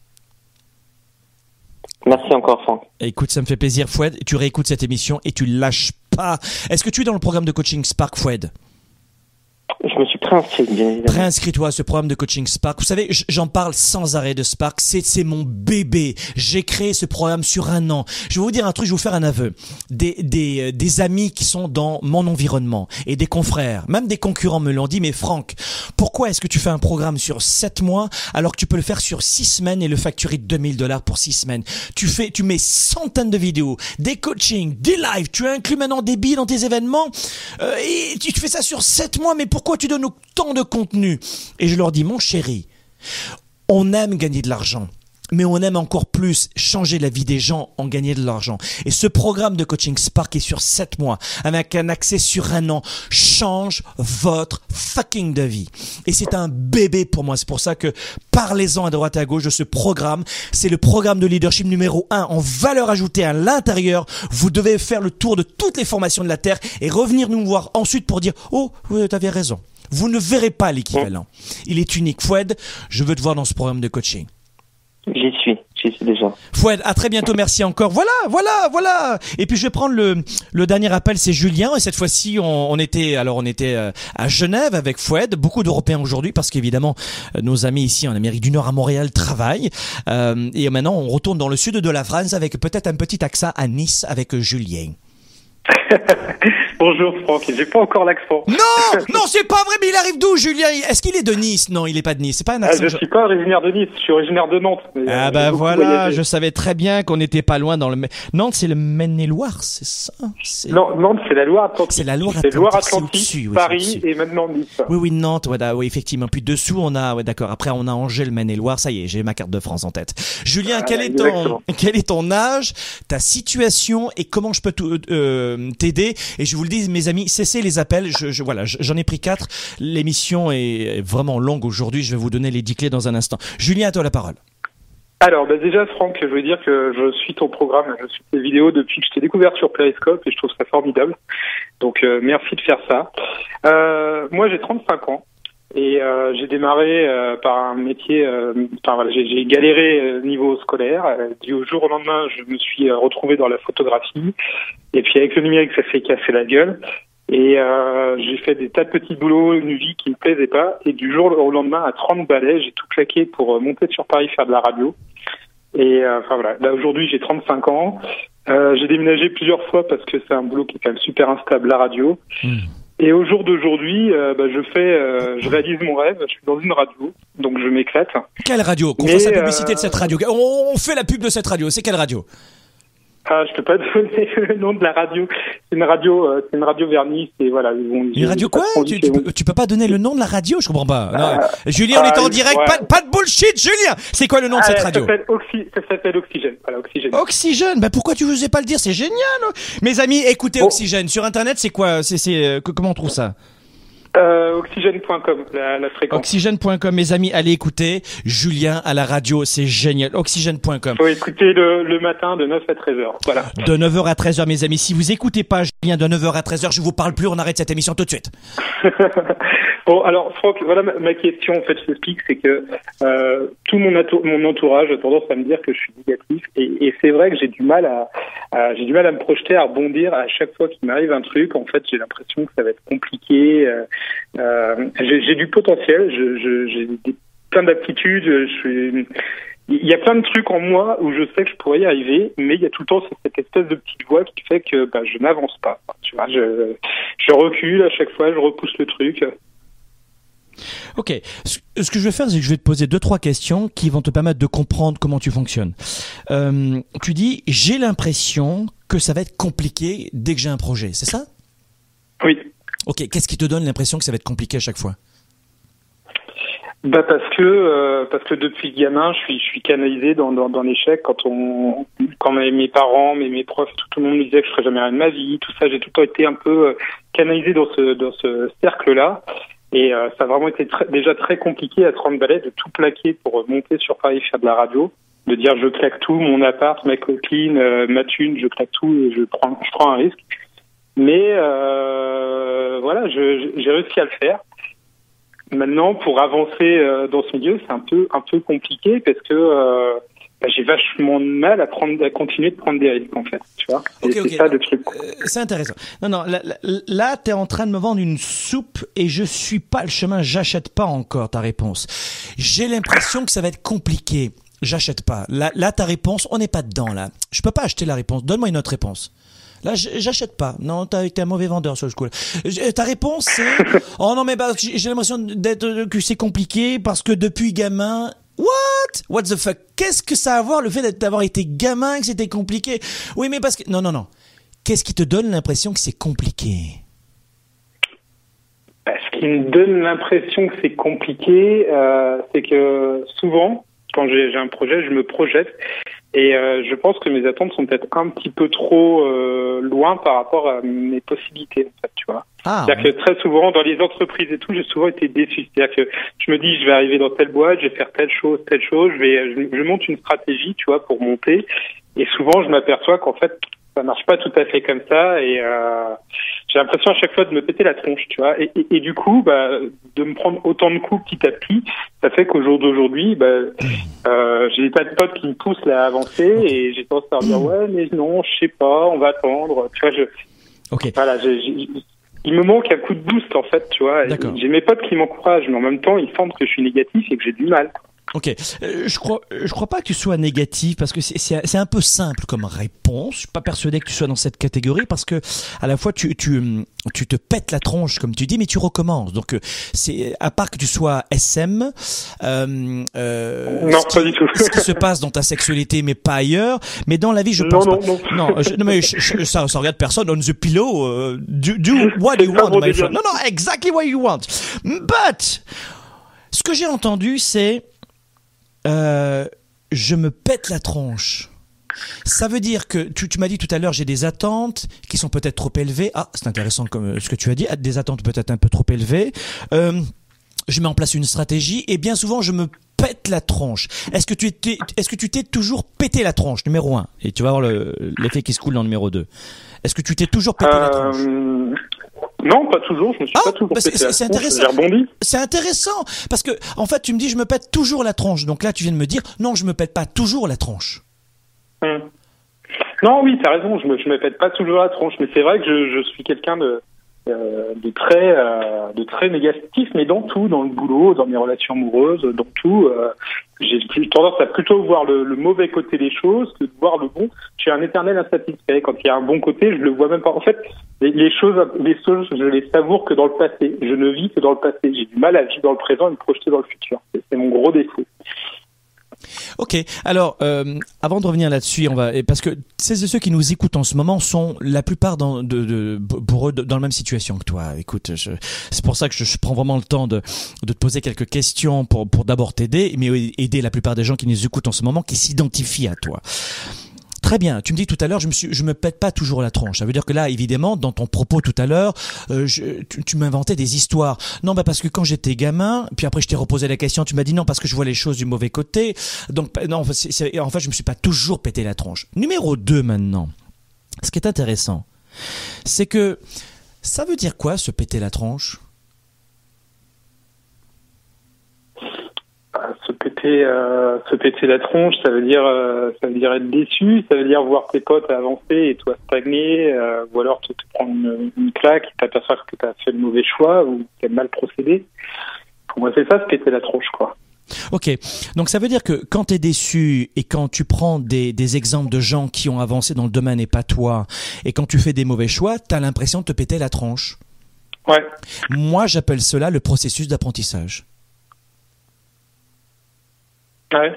Merci encore, Franck. Écoute, ça me fait plaisir, Fouad. Tu réécoutes cette émission et tu lâches pas. Est-ce que tu es dans le programme de coaching Spark, Fouad? Je me suis préinscrit, bien évidemment. Préinscris-toi à ce programme de coaching Spark. Vous savez, j'en parle sans arrêt de Spark. C'est mon bébé. J'ai créé ce programme sur 1 an. Je vais vous dire un truc, je vais vous faire un aveu. Des amis qui sont dans mon environnement et des confrères, même des concurrents me l'ont dit, mais Franck, pourquoi est-ce que tu fais un programme sur 7 mois alors que tu peux le faire sur 6 semaines et le facturer $2,000 pour 6 semaines? Tu mets centaines de vidéos, des coachings, des lives, tu inclus maintenant des billets dans tes événements et tu fais ça sur 7 mois, mais pourquoi tu donnes autant de contenu? Et je leur dis, mon chéri, on aime gagner de l'argent, mais on aime encore plus changer la vie des gens en gagner de l'argent. Et ce programme de coaching Spark est sur 7 mois, avec un accès sur 1 an, change votre fucking de vie. Et c'est un bébé pour moi. C'est pour ça que parlez-en à droite et à gauche de ce programme. C'est le programme de leadership numéro 1 en valeur ajoutée à l'intérieur. Vous devez faire le tour de toutes les formations de la Terre et revenir nous voir ensuite pour dire, oh, vous avez raison. Vous ne verrez pas l'équivalent. Il est unique. Fouad, je veux te voir dans ce programme de coaching. J'y suis déjà. Fouad, à très bientôt, merci encore. Voilà. Et puis je vais prendre le dernier appel, c'est Julien. Et cette fois-ci, on était à Genève avec Fouad. Beaucoup d'Européens aujourd'hui parce qu'évidemment, nos amis ici en Amérique du Nord, à Montréal, travaillent. Et maintenant, on retourne dans le sud de la France avec peut-être un petit accent à Nice avec Julien. Bonjour Franck, j'ai pas encore l'accent. Non, c'est pas vrai, mais il arrive d'où, Julien? Est-ce qu'il est de Nice? Non, il est pas de Nice, c'est pas un accent. Je suis pas originaire de Nice, je suis originaire de Nantes. Mais voilà, voyagé. Je savais très bien qu'on n'était pas loin dans le... Nantes, c'est le Maine-et-Loire, c'est ça? Non, Nantes, c'est la Loire-Atlantique. C'est la Loire-Atlantique, c'est Loire-Atlantique, oui, Paris et maintenant Nice. Oui, Nantes, oui, effectivement. Puis dessous, on a, d'accord, après on a Angers, le Maine-et-Loire, ça y est, j'ai ma carte de France en tête. Julien, quel est ton âge, ta situation et comment je peux t'aider? Et je vous le dis, mes amis, cessez les appels. J'en ai pris 4. L'émission est vraiment longue aujourd'hui. Je vais vous donner les 10 clés dans un instant. Julien, à toi la parole. Alors, déjà, Franck, je veux dire que je suis ton programme, je suis tes vidéos depuis que je t'ai découvert sur Periscope et je trouve ça formidable. Donc, merci de faire ça. Moi, j'ai 35 ans. Et j'ai démarré par un métier, j'ai galéré niveau scolaire. Du jour au lendemain, je me suis retrouvé dans la photographie. Et puis avec le numérique, ça s'est cassé la gueule. Et j'ai fait des tas de petits boulots, une vie qui me plaisait pas. Et du jour au lendemain, à 30 balais, j'ai tout claqué pour monter sur Paris faire de la radio. Et là aujourd'hui, j'ai 35 ans. J'ai déménagé plusieurs fois parce que c'est un boulot qui est quand même super instable, la radio. Et au jour d'aujourd'hui, je réalise mon rêve. Je suis dans une radio, donc je m'éclate. Quelle radio? Qu'on fasse la publicité de cette radio. On fait la pub de cette radio. C'est quelle radio? Ah, je peux pas donner le nom de la radio. C'est une radio Vernis. Et voilà. Une radio quoi? Tu peux pas donner le nom de la radio? Je comprends pas. Non. Julien, on est en direct. Ouais. Pas de bullshit, Julien. C'est quoi le nom de cette radio? Ça s'appelle Oxygène. Voilà, Oxygène. Oxygène. Bah pourquoi tu n'osais pas le dire? C'est génial. Mes amis, écoutez Oxygène sur Internet. C'est quoi? Comment on trouve ça? Oxygène.com, la fréquence. Oxygène.com, mes amis, allez écouter Julien à la radio, c'est génial. Oxygène.com. Faut écouter le matin de 9 à 13h. Voilà. De 9h à 13h, mes amis. Si vous écoutez pas Julien de 9h à 13h, je vous parle plus, on arrête cette émission tout de suite. Bon, alors, Franck, voilà ma question, en fait, je t'explique, c'est que tout mon entourage a tendance à me dire que je suis négatif, et c'est vrai que j'ai du mal à me projeter, à rebondir à chaque fois qu'il m'arrive un truc. En fait, j'ai l'impression que ça va être compliqué. J'ai du potentiel, j'ai plein d'aptitudes, il y a plein de trucs en moi où je sais que je pourrais y arriver, mais il y a tout le temps cette espèce de petite voix qui fait que je n'avance pas. Tu vois, je recule à chaque fois, je repousse le truc. Ok, ce que je vais faire, c'est que je vais te poser 2-3 questions qui vont te permettre de comprendre comment tu fonctionnes. Tu dis, j'ai l'impression que ça va être compliqué dès que j'ai un projet, c'est ça? Oui. Ok, qu'est-ce qui te donne l'impression que ça va être compliqué à chaque fois? Parce que depuis gamin, je suis canalisé dans l'échec. Quand mes parents, mes profs, tout le monde me disait que je ferais jamais rien de ma vie, tout ça, j'ai tout le temps été un peu canalisé dans ce cercle-là. Et ça a vraiment été déjà très compliqué à 30 balais de tout plaquer pour monter sur Paris, faire de la radio, de dire je claque tout, mon appart, ma copine, ma thune, je claque tout et je prends un risque. Mais voilà, j'ai réussi à le faire. Maintenant, pour avancer dans ce milieu, c'est un peu compliqué parce que j'ai vachement de mal à continuer de prendre des risques, en fait. Tu vois, okay. C'est ça le truc. C'est intéressant. Non, là, t'es en train de me vendre une soupe et je suis pas le chemin. J'achète pas encore ta réponse. J'ai l'impression que ça va être compliqué. J'achète pas. Là, ta réponse, on n'est pas dedans là. Je peux pas acheter la réponse. Donne-moi une autre réponse. Là, j'achète pas. Non, t'as été un mauvais vendeur sur le coup. Ta réponse, c'est oh non mais j'ai l'impression que c'est compliqué parce que depuis gamin. What the fuck? Qu'est-ce que ça a à voir le fait d'avoir été gamin que c'était compliqué? Oui, mais parce que non. Qu'est-ce qui te donne l'impression que c'est compliqué? Ce qui me donne l'impression que c'est compliqué, c'est que souvent, quand j'ai un projet, je me projette. Et je pense que mes attentes sont peut-être un petit peu trop loin par rapport à mes possibilités, en fait, tu vois. C'est-à-dire que très souvent, dans les entreprises et tout, j'ai souvent été déçu. C'est-à-dire que je me dis, je vais arriver dans telle boîte, je vais faire telle chose, je monte une stratégie, tu vois, pour monter. Et souvent, je m'aperçois qu'en fait, ça marche pas tout à fait comme ça. Et j'ai l'impression à chaque fois de me péter la tronche, tu vois. Et du coup, de me prendre autant de coups petit à petit, ça fait qu'au jour d'aujourd'hui, j'ai des tas de potes qui me poussent là à avancer et j'ai tendance à leur dire ouais, mais non, je sais pas, on va attendre. Tu vois, voilà, il me manque un coup de boost en fait, tu vois. J'ai mes potes qui m'encouragent, mais en même temps, ils sentent que je suis négatif et que j'ai du mal. Ok, je crois pas que tu sois négatif parce que c'est un peu simple comme réponse. Je suis pas persuadé que tu sois dans cette catégorie parce que à la fois tu te pètes la tronche comme tu dis, mais tu recommences. Donc c'est à part que tu sois SM, non, pas du tout. Ce qui se passe dans ta sexualité, mais pas ailleurs. Mais dans la vie, je pense pas. Non, mais ça regarde personne. On the pillow, do what you want, my friend. Non, exactly what you want. But ce que j'ai entendu, c'est je me pète la tronche. Ça veut dire que tu m'as dit tout à l'heure, j'ai des attentes qui sont peut-être trop élevées. Ah, c'est intéressant comme ce que tu as dit, des attentes peut-être un peu trop élevées. Je mets en place une stratégie et bien souvent je me pète la tronche. Est-ce que tu t'es toujours pété la tronche, numéro 1? Et tu vas voir l'effet qui se coule dans numéro 2. Est-ce que tu t'es toujours pété la tronche? Non, pas toujours. Je me suis pas toujours pété la tronche. C'est intéressant. J'ai rebondi. C'est intéressant parce que en fait, tu me dis je me pète toujours la tronche. Donc là, tu viens de me dire non, je me pète pas toujours la tronche. Non, oui, t'as raison. Je me pète pas toujours la tronche, mais c'est vrai que je suis quelqu'un de de très négatif, mais dans tout, dans le boulot, dans mes relations amoureuses, dans tout. J'ai tendance à plutôt voir le mauvais côté des choses que de voir le bon. Je suis un éternel insatisfait. Quand il y a un bon côté, je le vois même pas. En fait, les choses, je les savoure que dans le passé. Je ne vis que dans le passé. J'ai du mal à vivre dans le présent et me projeter dans le futur. C'est mon gros défaut. Ok, alors avant de revenir là-dessus, parce que ceux qui nous écoutent en ce moment sont la plupart pour eux dans la même situation que toi. Écoute, c'est pour ça que je prends vraiment le temps de te poser quelques questions pour d'abord t'aider, mais aider la plupart des gens qui nous écoutent en ce moment, qui s'identifient à toi. Très bien. Tu me dis tout à l'heure, je me pète pas toujours la tronche. Ça veut dire que là, évidemment, dans ton propos tout à l'heure, tu m'inventais des histoires. Non, parce que quand j'étais gamin, puis après je t'ai reposé la question, tu m'as dit non parce que je vois les choses du mauvais côté. Donc non, en fait, je me suis pas toujours pété la tronche. Numéro 2 maintenant. Ce qui est intéressant, c'est que ça veut dire quoi se péter la tronche ? Se péter la tronche, ça veut dire être déçu, ça veut dire voir tes potes avancer et toi stagner, ou alors te prendre une claque et t'apercevoir que t'as fait le mauvais choix ou que t'as mal procédé. Pour moi, c'est ça, se péter la tronche, quoi. Ok, donc ça veut dire que quand tu es déçu et quand tu prends des exemples de gens qui ont avancé dans le domaine et pas toi, et quand tu fais des mauvais choix, tu as l'impression de te péter la tronche. Ouais. Moi, j'appelle cela le processus d'apprentissage. Ouais.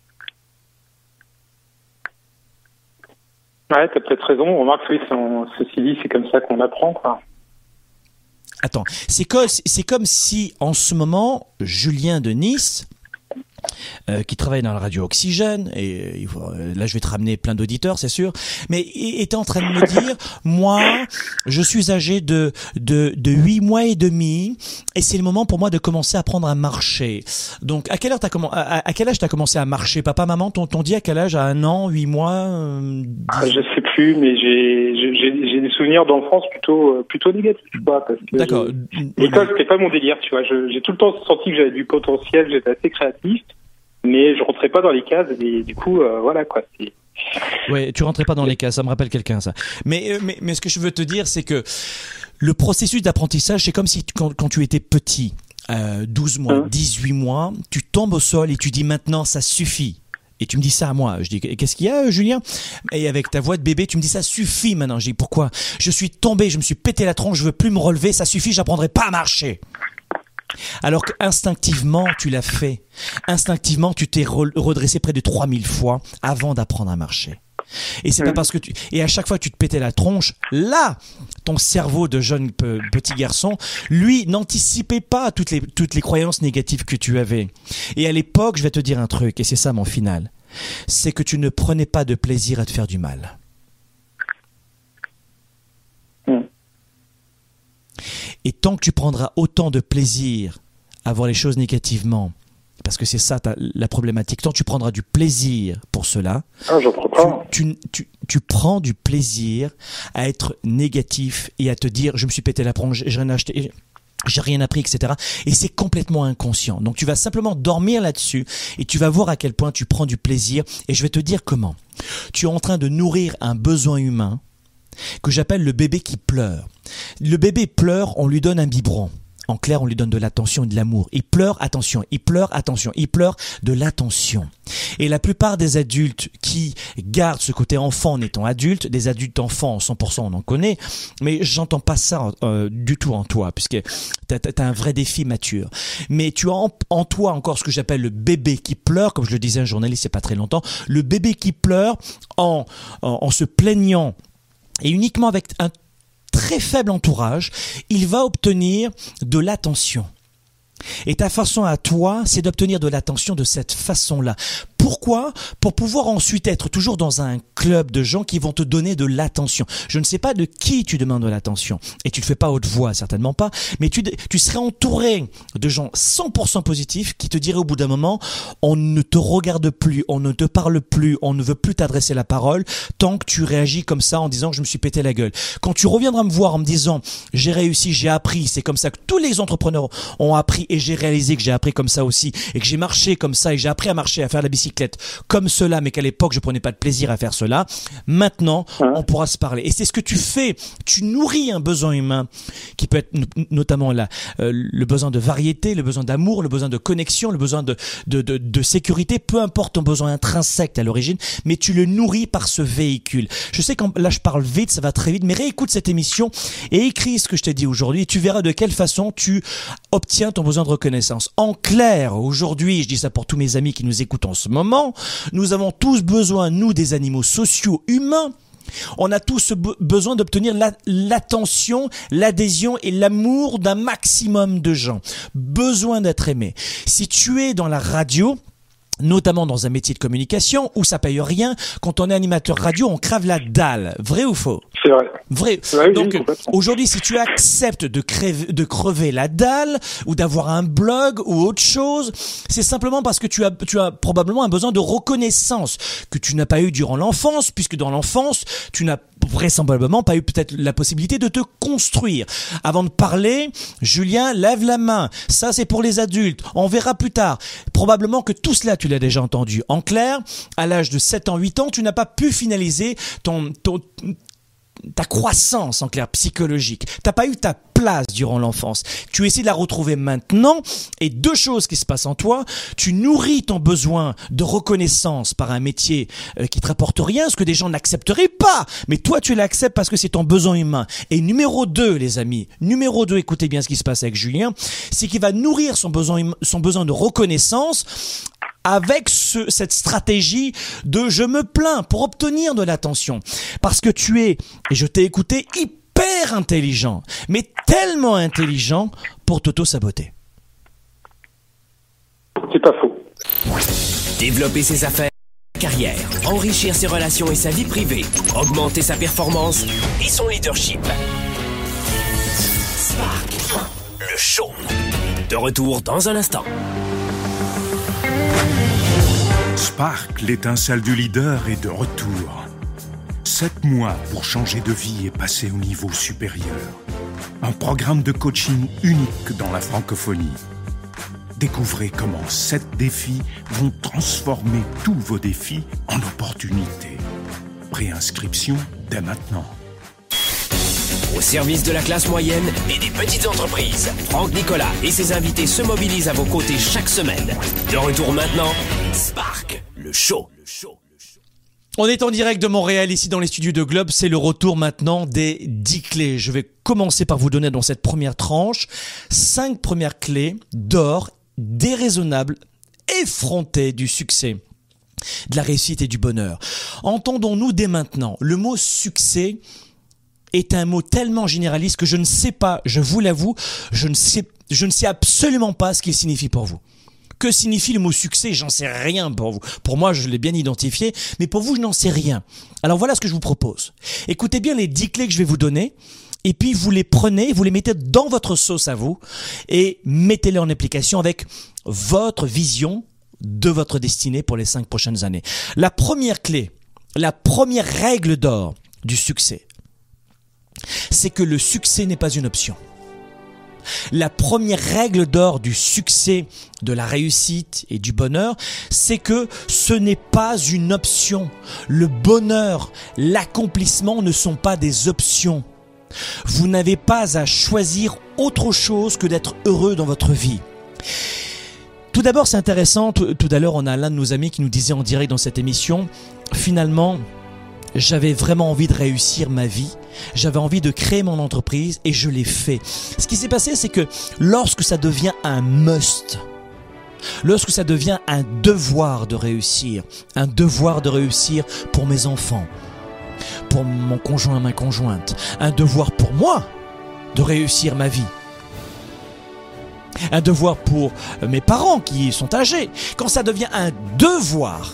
Ouais, t'as peut-être raison. On remarque que ceci dit, c'est comme ça qu'on apprend, quoi. Attends, c'est comme si en ce moment, Julien de Nice, qui travaille dans la radio Oxygène, et là je vais te ramener plein d'auditeurs, c'est sûr, mais il était en train de me dire, moi, je suis âgé de 8 mois et demi, et c'est le moment pour moi de commencer à apprendre à marcher. Donc, à quel âge t'as commencé à marcher? Papa, maman t'ont dit à quel âge? À 1 an, 8 mois? Je sais plus, mais j'ai des souvenirs d'enfance plutôt négatifs, quoi, parce que d'accord. L'école, c'était pas mon délire, tu vois. J'ai tout le temps senti que j'avais du potentiel, que j'étais assez créatif, mais je rentrais pas dans les cases, et du coup, voilà, quoi. Ouais, tu rentrais pas dans les cases, ça me rappelle quelqu'un, ça. Mais ce que je veux te dire, c'est que le processus d'apprentissage, c'est comme si quand tu étais petit, 12 mois, 18 mois, tu tombes au sol et tu dis maintenant, ça suffit. Et tu me dis ça à moi. Je dis, qu'est-ce qu'il y a, Julien? Et avec ta voix de bébé, tu me dis, ça suffit maintenant. Je dis, pourquoi? Je suis tombé, je me suis pété la tronche, je veux plus me relever, ça suffit, j'apprendrai pas à marcher. Alors qu'instinctivement, tu l'as fait. Instinctivement, tu t'es redressé près de 3000 fois avant d'apprendre à marcher. Et c'est pas parce que et à chaque fois que tu te pétais la tronche, là, ton cerveau de jeune petit garçon, lui, n'anticipait pas toutes les croyances négatives que tu avais. Et à l'époque, je vais te dire un truc, et c'est ça mon final, c'est que tu ne prenais pas de plaisir à te faire du mal. Et tant que tu prendras autant de plaisir à voir les choses négativement, parce que c'est ça la problématique, tant que tu prendras du plaisir pour cela, j'en prends pas. Tu prends du plaisir à être négatif et à te dire je me suis pété la tronche, j'ai rien acheté, j'ai rien appris, etc. Et c'est complètement inconscient. Donc tu vas simplement dormir là-dessus et tu vas voir à quel point tu prends du plaisir. Et je vais te dire comment. Tu es en train de nourrir un besoin humain que j'appelle le bébé qui pleure. Le bébé pleure, on lui donne un biberon. En clair, on lui donne de l'attention et de l'amour. Il pleure, attention. Il pleure, attention. Il pleure de l'attention. Et la plupart des adultes qui gardent ce côté enfant en étant adultes, des adultes enfants, 100% on en connaît, mais j'entends pas ça du tout en toi, puisque t'as un vrai défi mature. Mais tu as en toi encore ce que j'appelle le bébé qui pleure, comme je le disais à un journaliste il y a pas très longtemps, le bébé qui pleure en se plaignant, et uniquement avec un très faible entourage, il va obtenir de l'attention. Et ta façon à toi, c'est d'obtenir de l'attention de cette façon-là. Pourquoi? Pour pouvoir ensuite être toujours dans un club de gens qui vont te donner de l'attention. Je ne sais pas de qui tu demandes de l'attention. Et tu le fais pas à haute voix, certainement pas. Mais tu serais entouré de gens 100% positifs qui te diraient au bout d'un moment, on ne te regarde plus, on ne te parle plus, on ne veut plus t'adresser la parole tant que tu réagis comme ça en disant que je me suis pété la gueule. Quand tu reviendras me voir en me disant, j'ai réussi, j'ai appris, c'est comme ça que tous les entrepreneurs ont appris et j'ai réalisé que j'ai appris comme ça aussi et que j'ai marché comme ça et j'ai appris à marcher, à faire la bicyclette bicyclette comme cela, mais qu'à l'époque je prenais pas de plaisir à faire cela. Maintenant, on pourra se parler. Et c'est ce que tu fais. Tu nourris un besoin humain qui peut être notamment le besoin de variété, le besoin d'amour, le besoin de connexion, le besoin de sécurité, peu importe ton besoin intrinsèque à l'origine, mais tu le nourris par ce véhicule. Je sais que là je parle vite, ça va très vite, mais réécoute cette émission et écris ce que je t'ai dit aujourd'hui et tu verras de quelle façon tu obtiens ton besoin de reconnaissance. En clair, aujourd'hui, je dis ça pour tous mes amis qui nous écoutent en ce moment, nous avons tous besoin, nous, des animaux sociaux humains. On a tous besoin d'obtenir l'attention, l'adhésion et l'amour d'un maximum de gens. Besoin d'être aimé. Si tu es dans la radio, notamment dans un métier de communication où ça paye rien, quand on est animateur radio, on crève la dalle. Vrai ou faux? C'est vrai. Vrai. Ouais, donc, oui, aujourd'hui, si tu acceptes de crever la dalle, ou d'avoir un blog, ou autre chose, c'est simplement parce que tu as probablement un besoin de reconnaissance que tu n'as pas eu durant l'enfance, puisque dans l'enfance, tu n'as vraisemblablement pas eu peut-être la possibilité de te construire. Avant de parler, Julien, lève la main. Ça, c'est pour les adultes. On verra plus tard. Probablement que tout cela, tu l'as déjà entendu. En clair, à l'âge de 7 ans, 8 ans, tu n'as pas pu finaliser ta croissance, en clair, psychologique. T'as pas eu ta place durant l'enfance. Tu essaies de la retrouver maintenant, et deux choses qui se passent en toi. Tu nourris ton besoin de reconnaissance par un métier qui te rapporte rien, ce que des gens n'accepteraient pas. Mais toi, tu l'acceptes parce que c'est ton besoin humain. Et numéro 2, les amis, écoutez bien ce qui se passe avec Julien, c'est qu'il va nourrir son besoin de reconnaissance avec cette stratégie de je me plains pour obtenir de l'attention. Parce que tu es, et je t'ai écouté, hyper intelligent, mais tellement intelligent pour t'auto-saboter. C'est pas faux. Développer ses affaires, sa carrière, enrichir ses relations et sa vie privée, augmenter sa performance et son leadership. Spark, le show. De retour dans un instant. Spark, l'étincelle du leader, est de retour. 7 mois pour changer de vie et passer au niveau supérieur. Un programme de coaching unique dans la francophonie. Découvrez comment 7 défis vont transformer tous vos défis en opportunités. Préinscription dès maintenant. Au service de la classe moyenne et des petites entreprises, Franck Nicolas et ses invités se mobilisent à vos côtés chaque semaine. De retour maintenant, Spark, le show. On est en direct de Montréal, ici dans les studios de Globe. C'est le retour maintenant des 10 clés. Je vais commencer par vous donner dans cette première tranche 5 premières clés d'or déraisonnables, effrontées du succès, de la réussite et du bonheur. Entendons-nous dès maintenant. Le mot succès est un mot tellement généraliste que je ne sais pas, je vous l'avoue, je ne sais absolument pas ce qu'il signifie pour vous. Que signifie le mot succès? J'en sais rien pour vous. Pour moi, je l'ai bien identifié, mais pour vous, je n'en sais rien. Alors voilà ce que je vous propose. Écoutez bien les 10 clés que je vais vous donner, et puis vous les prenez, vous les mettez dans votre sauce à vous, et mettez-les en application avec votre vision de votre destinée pour les 5 prochaines années. La première clé, la première règle d'or du succès, c'est que le succès n'est pas une option. La première règle d'or du succès, de la réussite et du bonheur, c'est que ce n'est pas une option. Le bonheur, l'accomplissement ne sont pas des options. Vous n'avez pas à choisir autre chose que d'être heureux dans votre vie. Tout d'abord, c'est intéressant, tout à l'heure, on a l'un de nos amis qui nous disait en direct dans cette émission, finalement, j'avais vraiment envie de réussir ma vie, j'avais envie de créer mon entreprise et je l'ai fait. Ce qui s'est passé, c'est que lorsque ça devient un must, lorsque ça devient un devoir de réussir pour mes enfants, pour mon conjoint, ma conjointe, un devoir pour moi de réussir ma vie, un devoir pour mes parents qui sont âgés, quand ça devient un devoir,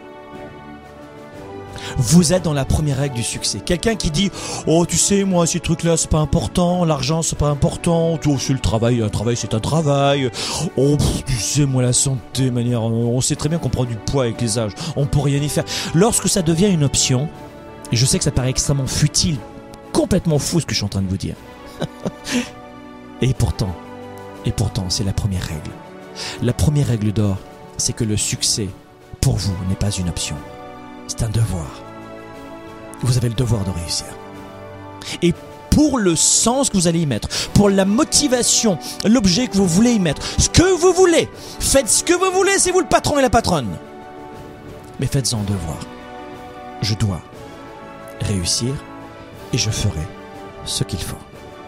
vous êtes dans la première règle du succès. Quelqu'un qui dit « Oh, tu sais, moi, ces trucs-là, c'est pas important. L'argent, c'est pas important. Oh, c'est le travail c'est un travail. Oh, tu sais, moi, la santé, manière, on sait très bien qu'on prend du poids avec les âges. On peut rien y faire. » Lorsque ça devient une option, et je sais que ça paraît extrêmement futile, complètement fou ce que je suis en train de vous dire. Et pourtant, c'est la première règle. La première règle d'or, c'est que le succès pour vous, n'est pas une option. C'est un devoir. Vous avez le devoir de réussir. Et pour le sens que vous allez y mettre, pour la motivation, l'objet que vous voulez y mettre, ce que vous voulez, faites ce que vous voulez, c'est vous le patron et la patronne. Mais faites-en un devoir. Je dois réussir et je ferai ce qu'il faut.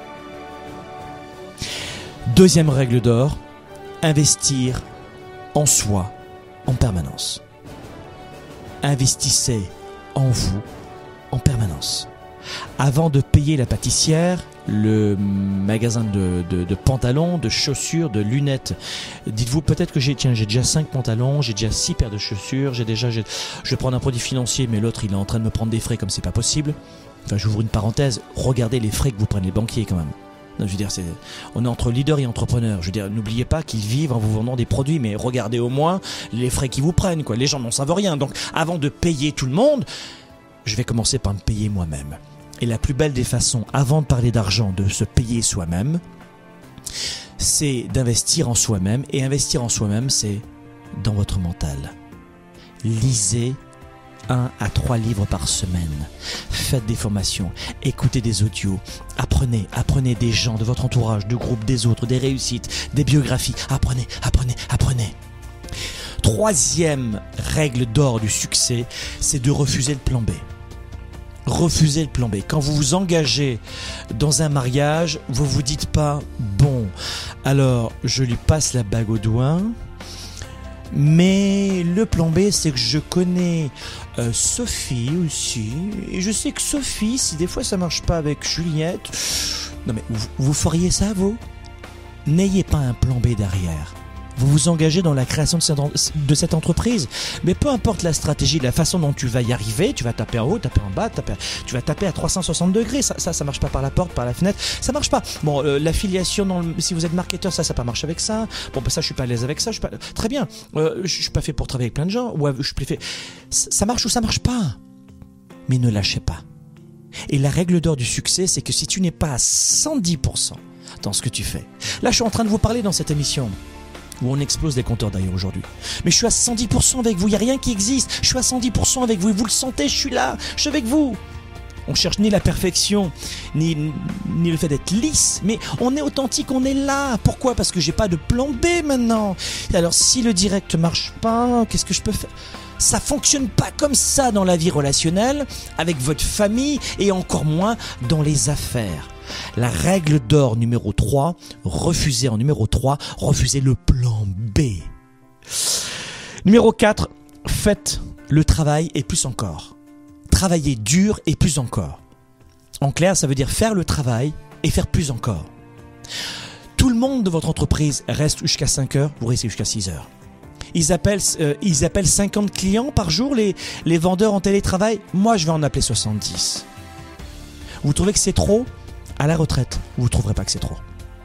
Deuxième règle d'or, investir en soi en permanence. Investissez en vous en permanence. Avant de payer la pâtissière, le magasin de pantalons, de chaussures, de lunettes, dites-vous peut-être que j'ai déjà 5 pantalons, j'ai déjà 6 paires de chaussures, je vais prendre un produit financier, mais l'autre il est en train de me prendre des frais comme c'est pas possible. Enfin, j'ouvre une parenthèse, regardez les frais que vous prennent les banquiers quand même. Non, je veux dire, on est entre leader et entrepreneur. Je veux dire, n'oubliez pas qu'ils vivent en vous vendant des produits, mais regardez au moins les frais qu'ils vous prennent, quoi. Les gens n'en savent rien. Donc, avant de payer tout le monde, je vais commencer par me payer moi-même. Et la plus belle des façons, avant de parler d'argent, de se payer soi-même, c'est d'investir en soi-même. Et investir en soi-même, c'est dans votre mental. Lisez 1 à 3 livres par semaine. Faites des formations, écoutez des audios, apprenez des gens de votre entourage, du groupe, des autres, des réussites, des biographies. Apprenez. Troisième règle d'or du succès, c'est de refuser le plan B. Refusez le plan B. Quand vous vous engagez dans un mariage, vous vous dites pas « Bon, alors je lui passe la bague au doigt ». Mais le plan B, c'est que je connais Sophie aussi. Et je sais que Sophie, si des fois ça marche pas avec Juliette... Non mais vous feriez ça, vous ? N'ayez pas un plan B derrière. Vous vous engagez dans la création de cette entreprise. Mais peu importe la stratégie, la façon dont tu vas y arriver, tu vas taper en haut, taper en bas, tu vas taper à 360 degrés. Ça marche pas par la porte, par la fenêtre. Ça marche pas. Bon, l'affiliation, si vous êtes marketeur, ça pas marché avec ça. Bon, ça, je suis pas à l'aise avec ça. Très bien. Je suis pas fait pour travailler avec plein de gens. Ouais, je suis plus fait. Ça marche ou ça marche pas. Mais ne lâchez pas. Et la règle d'or du succès, c'est que si tu n'es pas à 110% dans ce que tu fais. Là, je suis en train de vous parler dans cette émission où on explose les compteurs d'ailleurs aujourd'hui. Mais je suis à 110% avec vous, il n'y a rien qui existe. Je suis à 110% avec vous et vous le sentez, je suis là, je suis avec vous. On cherche ni la perfection, ni le fait d'être lisse, mais on est authentique, on est là. Pourquoi ? Parce que j'ai pas de plan B maintenant. Et alors si le direct marche pas, qu'est-ce que je peux faire ? Ça fonctionne pas comme ça dans la vie relationnelle, avec votre famille et encore moins dans les affaires. La règle d'or numéro 3, refusez le plan B. Numéro 4, faites le travail et plus encore. Travaillez dur et plus encore. En clair, ça veut dire faire le travail et faire plus encore. Tout le monde de votre entreprise reste jusqu'à 5 heures, vous restez jusqu'à 6 heures. Ils appellent 50 clients par jour, les vendeurs en télétravail. Moi, je vais en appeler 70. Vous trouvez que c'est trop ? À la retraite, vous ne trouverez pas que c'est trop.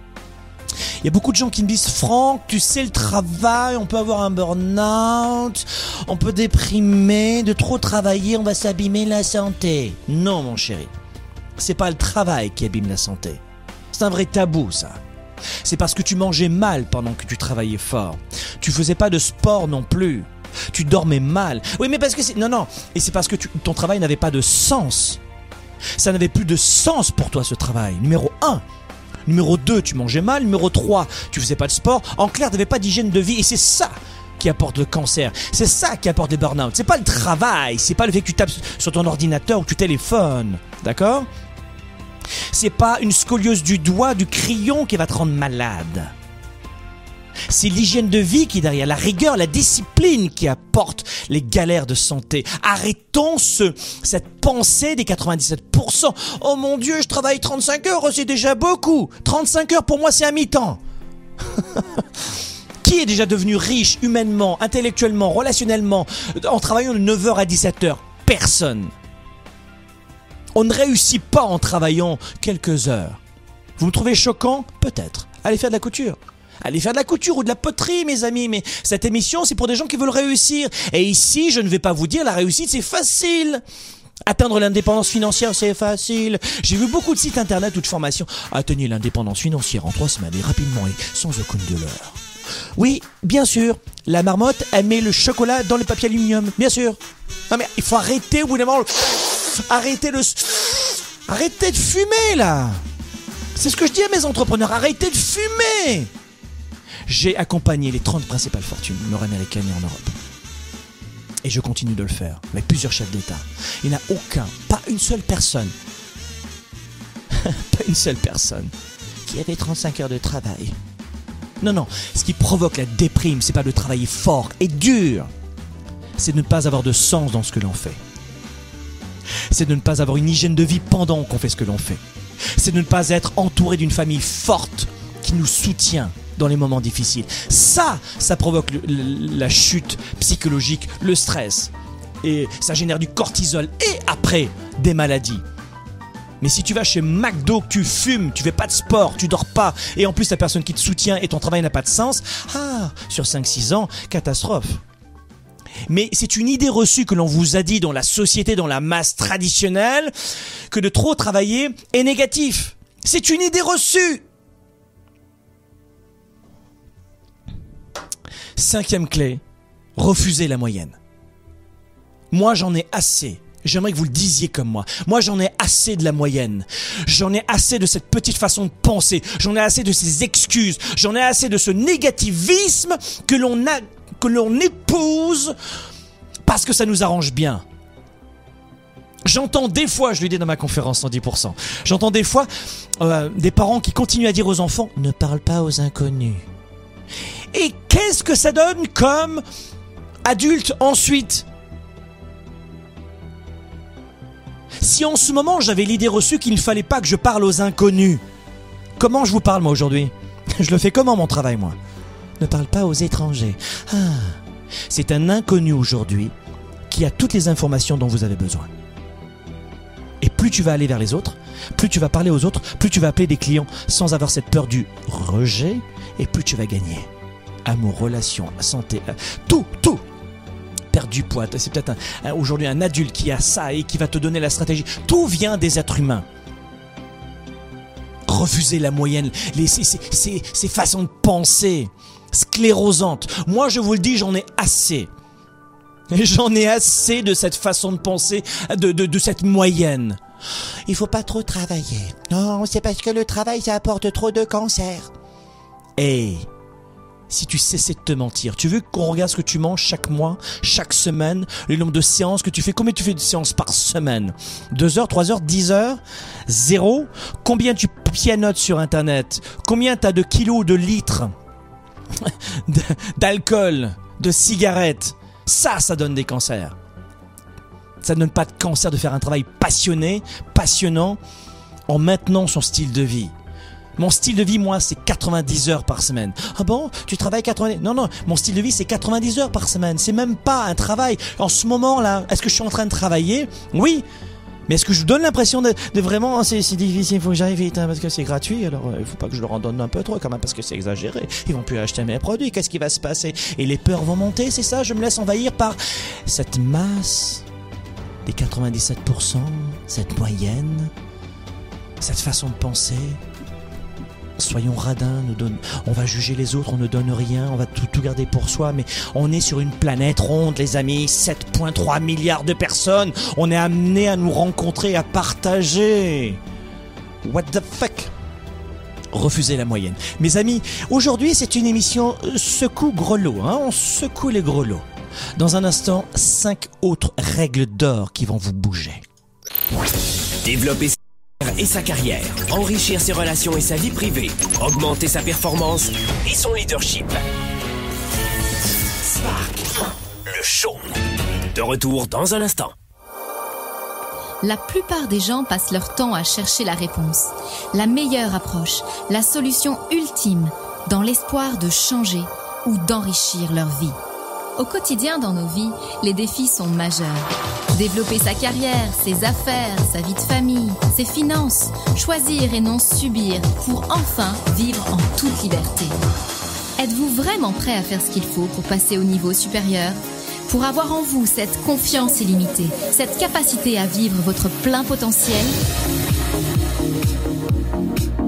Il y a beaucoup de gens qui me disent « Franck, tu sais le travail, on peut avoir un burn-out, on peut déprimer, de trop travailler, on va s'abîmer la santé. » Non, mon chéri, c'est pas le travail qui abîme la santé. C'est un vrai tabou, ça. C'est parce que tu mangeais mal pendant que tu travaillais fort. Tu faisais pas de sport non plus. Tu dormais mal. Oui, mais parce que c'est... Non. Et c'est parce que ton travail n'avait pas de sens. Ça n'avait plus de sens pour toi, ce travail. Numéro 1. Numéro 2, tu mangeais mal. Numéro 3, tu faisais pas de sport. En clair, tu n'avais pas d'hygiène de vie. Et c'est ça qui apporte le cancer. C'est ça qui apporte les burn-out. C'est pas le travail. C'est pas le fait que tu tapes sur ton ordinateur ou que tu téléphones. D'accord ? C'est pas une scoliose du doigt, du crayon qui va te rendre malade. C'est l'hygiène de vie qui est derrière, la rigueur, la discipline qui apporte les galères de santé. Arrêtons cette pensée des 97%. Oh mon Dieu, je travaille 35 heures, c'est déjà beaucoup. 35 heures pour moi, c'est à mi-temps. Qui est déjà devenu riche humainement, intellectuellement, relationnellement, en travaillant de 9h à 17h ? Personne. On ne réussit pas en travaillant quelques heures. Vous me trouvez choquant ? Peut-être. Allez faire de la couture. Allez faire de la couture ou de la poterie, mes amis. Mais cette émission, c'est pour des gens qui veulent réussir. Et ici, je ne vais pas vous dire la réussite, c'est facile. Atteindre l'indépendance financière, c'est facile. J'ai vu beaucoup de sites internet ou de formations. Atteignez l'indépendance financière en 3 semaines et rapidement et sans aucune douleur. Oui, bien sûr. La marmotte, elle met le chocolat dans le papier aluminium. Bien sûr. Non mais il faut arrêter au bout d'un moment. Arrêtez de fumer là. C'est ce que je dis à mes entrepreneurs. Arrêtez de fumer. J'ai accompagné les 30 principales fortunes nord-américaines et en Europe. Et je continue de le faire avec plusieurs chefs d'État. Il n'y en a aucun, pas une seule personne, pas une seule personne qui avait 35 heures de travail. Non, ce qui provoque la déprime, c'est pas de travailler fort et dur, c'est de ne pas avoir de sens dans ce que l'on fait. C'est de ne pas avoir une hygiène de vie pendant qu'on fait ce que l'on fait. C'est de ne pas être entouré d'une famille forte qui nous soutient dans les moments difficiles. Ça provoque la chute psychologique, le stress. Et ça génère du cortisol et après, des maladies. Mais si tu vas chez McDo, tu fumes, tu fais pas de sport, tu dors pas, et en plus la personne qui te soutient et ton travail n'a pas de sens, sur 5-6 ans, catastrophe. Mais c'est une idée reçue que l'on vous a dit dans la société, dans la masse traditionnelle, que de trop travailler est négatif. C'est une idée reçue. 5e clé, refusez la moyenne. Moi, j'en ai assez. J'aimerais que vous le disiez comme moi. Moi, j'en ai assez de la moyenne. J'en ai assez de cette petite façon de penser. J'en ai assez de ces excuses. J'en ai assez de ce négativisme que l'on épouse parce que ça nous arrange bien. J'entends des fois, je lui dis dans ma conférence 110%, j'entends des fois des parents qui continuent à dire aux enfants « Ne parle pas aux inconnus ». Et qu'est-ce que ça donne comme adulte ensuite ? Si en ce moment j'avais l'idée reçue qu'il ne fallait pas que je parle aux inconnus, comment je vous parle moi aujourd'hui ? Je le fais comment mon travail moi ? Ne parle pas aux étrangers. C'est un inconnu aujourd'hui qui a toutes les informations dont vous avez besoin. Et plus tu vas aller vers les autres, plus tu vas parler aux autres, plus tu vas appeler des clients sans avoir cette peur du rejet, et plus tu vas gagner. Amour, relation, santé, tout. Perdre du poids, c'est peut-être aujourd'hui un adulte qui a ça et qui va te donner la stratégie. Tout vient des êtres humains. Refusez la moyenne, ces façons de penser sclérosantes. Moi, je vous le dis, j'en ai assez. J'en ai assez de cette façon de penser, de cette moyenne. Il faut pas trop travailler. Non, c'est parce que le travail, ça apporte trop de cancer. Si tu cessais de te mentir, tu veux qu'on regarde ce que tu manges chaque mois, chaque semaine, le nombre de séances que tu fais, combien tu fais de séances par semaine ? 2 heures, 3 heures, 10 heures ? 0 ? Combien tu pianotes sur Internet ? Combien tu as de kilos ou de litres d'alcool, de cigarettes ? Ça donne des cancers. Ça ne donne pas de cancer de faire un travail passionné, passionnant, en maintenant son style de vie. Mon style de vie, moi, c'est 90 heures par semaine. Ah bon ? Tu travailles 90... Non, mon style de vie, c'est 90 heures par semaine. C'est même pas un travail. En ce moment-là, est-ce que je suis en train de travailler ? Oui. Mais est-ce que je vous donne l'impression de vraiment... C'est difficile, il faut que j'aille vite, parce que c'est gratuit. Alors, il faut pas que je leur en donne un peu trop, quand même, parce que c'est exagéré. Ils vont plus acheter mes produits. Qu'est-ce qui va se passer ? Et les peurs vont monter, c'est ça ? Je me laisse envahir par cette masse des 97%, cette moyenne, cette façon de penser... Soyons radins, on va juger les autres, on ne donne rien, on va tout garder pour soi, mais on est sur une planète ronde, les amis, 7,3 milliards de personnes, on est amenés à nous rencontrer, à partager. What the fuck ? Refusez la moyenne. Mes amis, aujourd'hui c'est une émission secoue-grelots, on secoue les grelots. Dans un instant, 5 autres règles d'or qui vont vous bouger. Développer et sa carrière, enrichir ses relations et sa vie privée, augmenter sa performance et son leadership. Spark, le show. De retour dans un instant. La plupart des gens passent leur temps à chercher la réponse, la meilleure approche, la solution ultime, dans l'espoir de changer ou d'enrichir leur vie. Au quotidien dans nos vies, les défis sont majeurs. Développer sa carrière, ses affaires, sa vie de famille, ses finances, choisir et non subir pour enfin vivre en toute liberté. Êtes-vous vraiment prêt à faire ce qu'il faut pour passer au niveau supérieur ? Pour avoir en vous cette confiance illimitée, cette capacité à vivre votre plein potentiel ?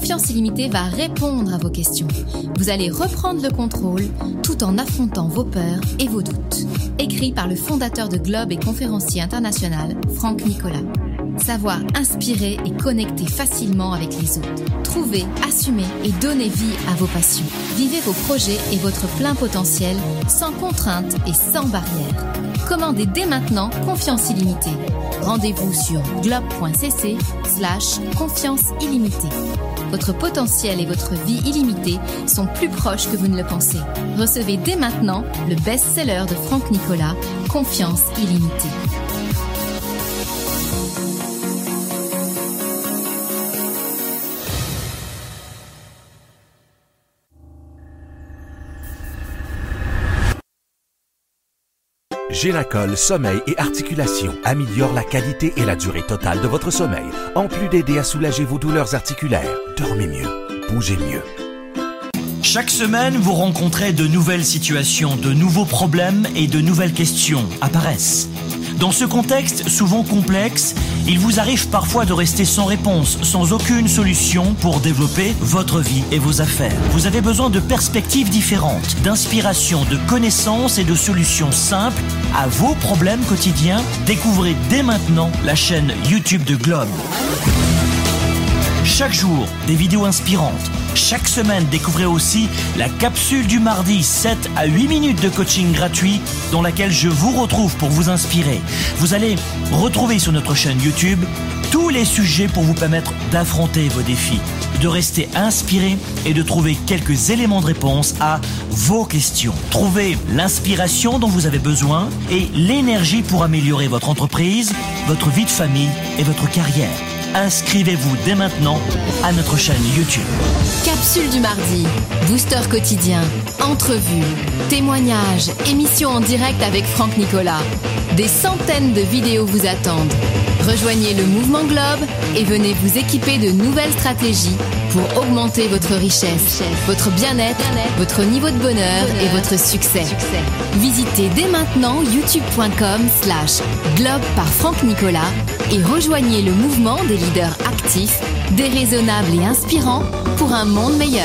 Confiance illimitée va répondre à vos questions. Vous allez reprendre le contrôle tout en affrontant vos peurs et vos doutes. Écrit par le fondateur de Globe et conférencier international, Franck Nicolas. Savoir inspirer et connecter facilement avec les autres. Trouvez, assumez et donnez vie à vos passions. Vivez vos projets et votre plein potentiel sans contraintes et sans barrières. Commandez dès maintenant Confiance illimitée. Rendez-vous sur globe.cc/confiance illimitée. Votre potentiel et votre vie illimitée sont plus proches que vous ne le pensez. Recevez dès maintenant le best-seller de Franck Nicolas, Confiance illimitée. Génacol Sommeil et Articulations améliore la qualité et la durée totale de votre sommeil, en plus d'aider à soulager vos douleurs articulaires. Dormez mieux, bougez mieux. Chaque semaine, vous rencontrez de nouvelles situations, de nouveaux problèmes et de nouvelles questions apparaissent. Dans ce contexte souvent complexe, il vous arrive parfois de rester sans réponse, sans aucune solution pour développer votre vie et vos affaires. Vous avez besoin de perspectives différentes, d'inspiration, de connaissances et de solutions simples à vos problèmes quotidiens. Découvrez dès maintenant la chaîne YouTube de Globe. Chaque jour, des vidéos inspirantes. Chaque semaine, découvrez aussi la capsule du mardi, 7 à 8 minutes de coaching gratuit dans laquelle je vous retrouve pour vous inspirer. Vous allez retrouver sur notre chaîne YouTube tous les sujets pour vous permettre d'affronter vos défis, de rester inspiré et de trouver quelques éléments de réponse à vos questions. Trouvez l'inspiration dont vous avez besoin et l'énergie pour améliorer votre entreprise, votre vie de famille et votre carrière. Inscrivez-vous dès maintenant à notre chaîne YouTube. Capsule du mardi, booster quotidien, entrevues, témoignages, émissions en direct avec Franck Nicolas. Des centaines de vidéos vous attendent. Rejoignez le mouvement Globe et venez vous équiper de nouvelles stratégies pour augmenter votre richesse, votre bien-être, votre niveau de bonheur et votre succès. Visitez dès maintenant youtube.com/globe par Franck Nicolas et rejoignez le mouvement des leaders actifs, déraisonnables et inspirants pour un monde meilleur.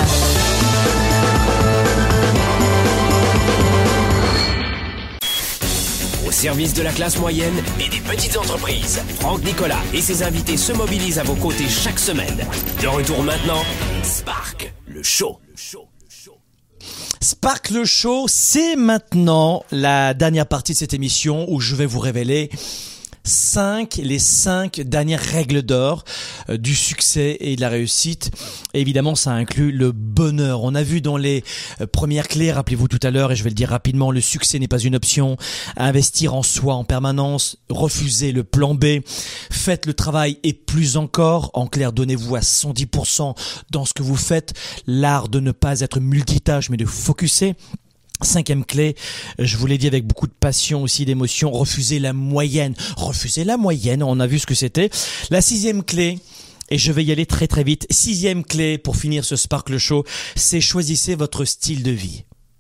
Au service de la classe moyenne et des petites entreprises, Franck Nicolas et ses invités se mobilisent à vos côtés chaque semaine. De retour maintenant, Spark, le show. Spark le show, c'est maintenant la dernière partie de cette émission où je vais vous révéler les 5 dernières règles d'or du succès et de la réussite. Et évidemment, ça inclut le bonheur. On a vu dans les premières clés, rappelez-vous tout à l'heure, et je vais le dire rapidement, le succès n'est pas une option. Investir en soi en permanence, refuser le plan B, faites le travail et plus encore. En clair, donnez-vous à 110% dans ce que vous faites. L'art de ne pas être multitâche, mais de focuser. 5e clé, je vous l'ai dit avec beaucoup de passion aussi, d'émotion, refusez la moyenne. Refusez la moyenne, on a vu ce que c'était. La 6e clé, et je vais y aller très très vite. 6e clé pour finir ce Spark Show, c'est choisissez votre style de vie.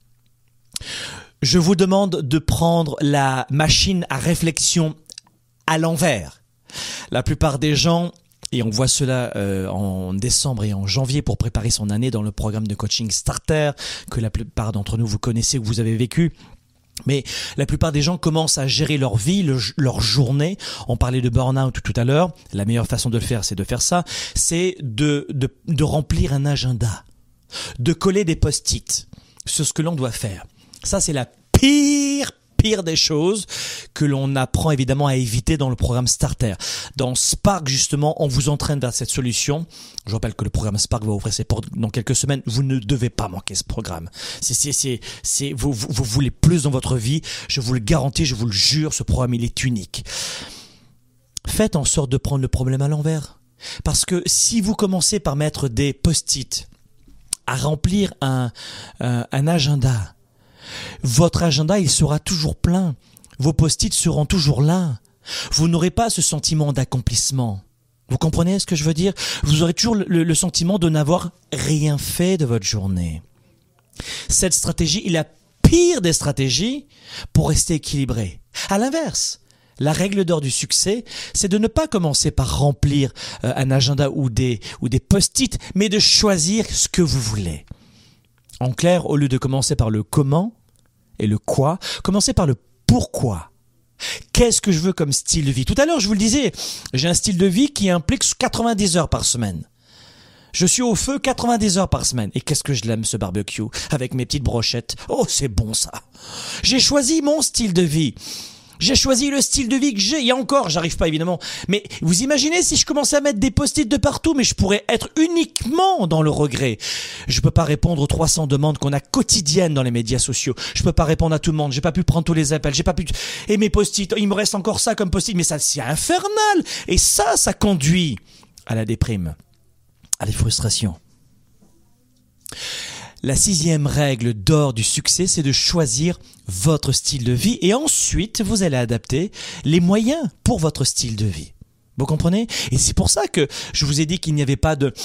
Je vous demande de prendre la machine à réflexion à l'envers. La plupart des gens, et on voit cela en décembre et en janvier pour préparer son année dans le programme de coaching Starter que la plupart d'entre nous vous connaissez ou vous avez vécu. Mais la plupart des gens commencent à gérer leur vie, leur journée. On parlait de burn-out tout à l'heure. La meilleure façon de le faire, c'est de faire ça. C'est de remplir un agenda, de coller des post-it sur ce que l'on doit faire. Ça, c'est la pire des choses que l'on apprend évidemment à éviter dans le programme Starter. Dans Spark, justement, on vous entraîne vers cette solution. Je rappelle que le programme Spark va ouvrir ses portes dans quelques semaines. Vous ne devez pas manquer ce programme. Vous voulez plus dans votre vie. Je vous le garantis, je vous le jure, ce programme, il est unique. Faites en sorte de prendre le problème à l'envers. Parce que si vous commencez par mettre des post-it, à remplir un agenda, votre agenda, il sera toujours plein. Vos post-it seront toujours là. Vous n'aurez pas ce sentiment d'accomplissement. Vous comprenez ce que je veux dire? Vous aurez toujours le sentiment de n'avoir rien fait de votre journée. Cette stratégie est la pire des stratégies pour rester équilibré. À l'inverse, La règle d'or du succès, c'est de ne pas commencer par remplir un agenda ou des post-it, mais de choisir ce que vous voulez. En clair, au lieu de commencer par le comment et le quoi, commencez par le pourquoi. Qu'est-ce que je veux comme style de vie? Tout à l'heure, je vous le disais, j'ai un style de vie qui implique 90 heures par semaine. Je suis au feu 90 heures par semaine. Et qu'est-ce que je l'aime, ce barbecue, avec mes petites brochettes. Oh, c'est bon ça. J'ai choisi mon style de vie. J'ai choisi le style de vie que j'ai. Et encore, j'arrive pas évidemment. Mais vous imaginez si je commençais à mettre des post-it de partout, mais je pourrais être uniquement dans le regret. Je peux pas répondre aux 300 demandes qu'on a quotidiennes dans les médias sociaux. Je peux pas répondre à tout le monde. J'ai pas pu prendre tous les appels. J'ai pas pu. Et mes post-it, il me reste encore ça comme post-it. Mais ça, c'est infernal. Et ça conduit à la déprime, à des frustrations. La 6e règle d'or du succès, c'est de choisir votre style de vie et ensuite vous allez adapter les moyens pour votre style de vie. Vous comprenez? Et c'est pour ça que je vous ai dit qu'il n'y avait pas de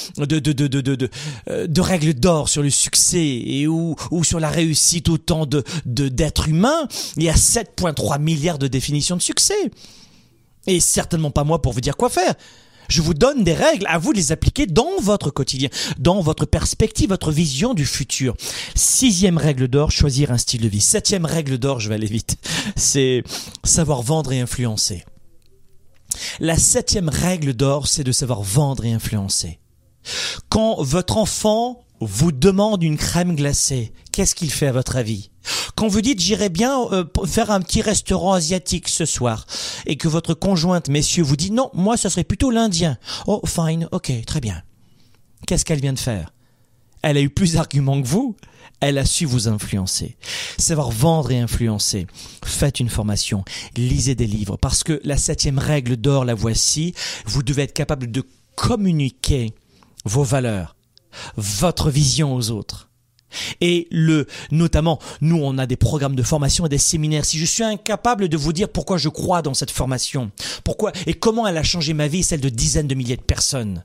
règle d'or sur le succès et ou sur la réussite autant d'êtres humains. Il y a 7,3 milliards de définitions de succès. Et certainement pas moi pour vous dire quoi faire. Je vous donne des règles, à vous de les appliquer dans votre quotidien, dans votre perspective, votre vision du futur. 6e règle d'or, choisir un style de vie. 7e règle d'or, je vais aller vite, c'est savoir vendre et influencer. La 7e règle d'or, c'est de savoir vendre et influencer. Quand votre enfant vous demande une crème glacée, qu'est-ce qu'il fait à votre avis? Quand vous dites j'irais bien faire un petit restaurant asiatique ce soir et que votre conjointe, messieurs, vous dit non, moi ça serait plutôt l'indien. Oh fine, ok, très bien. Qu'est-ce qu'elle vient de faire? Elle a eu plus d'arguments que vous, elle a su vous influencer. Savoir vendre et influencer. Faites une formation, lisez des livres parce que la 7e règle d'or, la voici, vous devez être capable de communiquer vos valeurs, votre vision aux autres. Et notamment, nous on a des programmes de formation et des séminaires. Si je suis incapable de vous dire pourquoi je crois dans cette formation, pourquoi et comment elle a changé ma vie et celle de dizaines de milliers de personnes,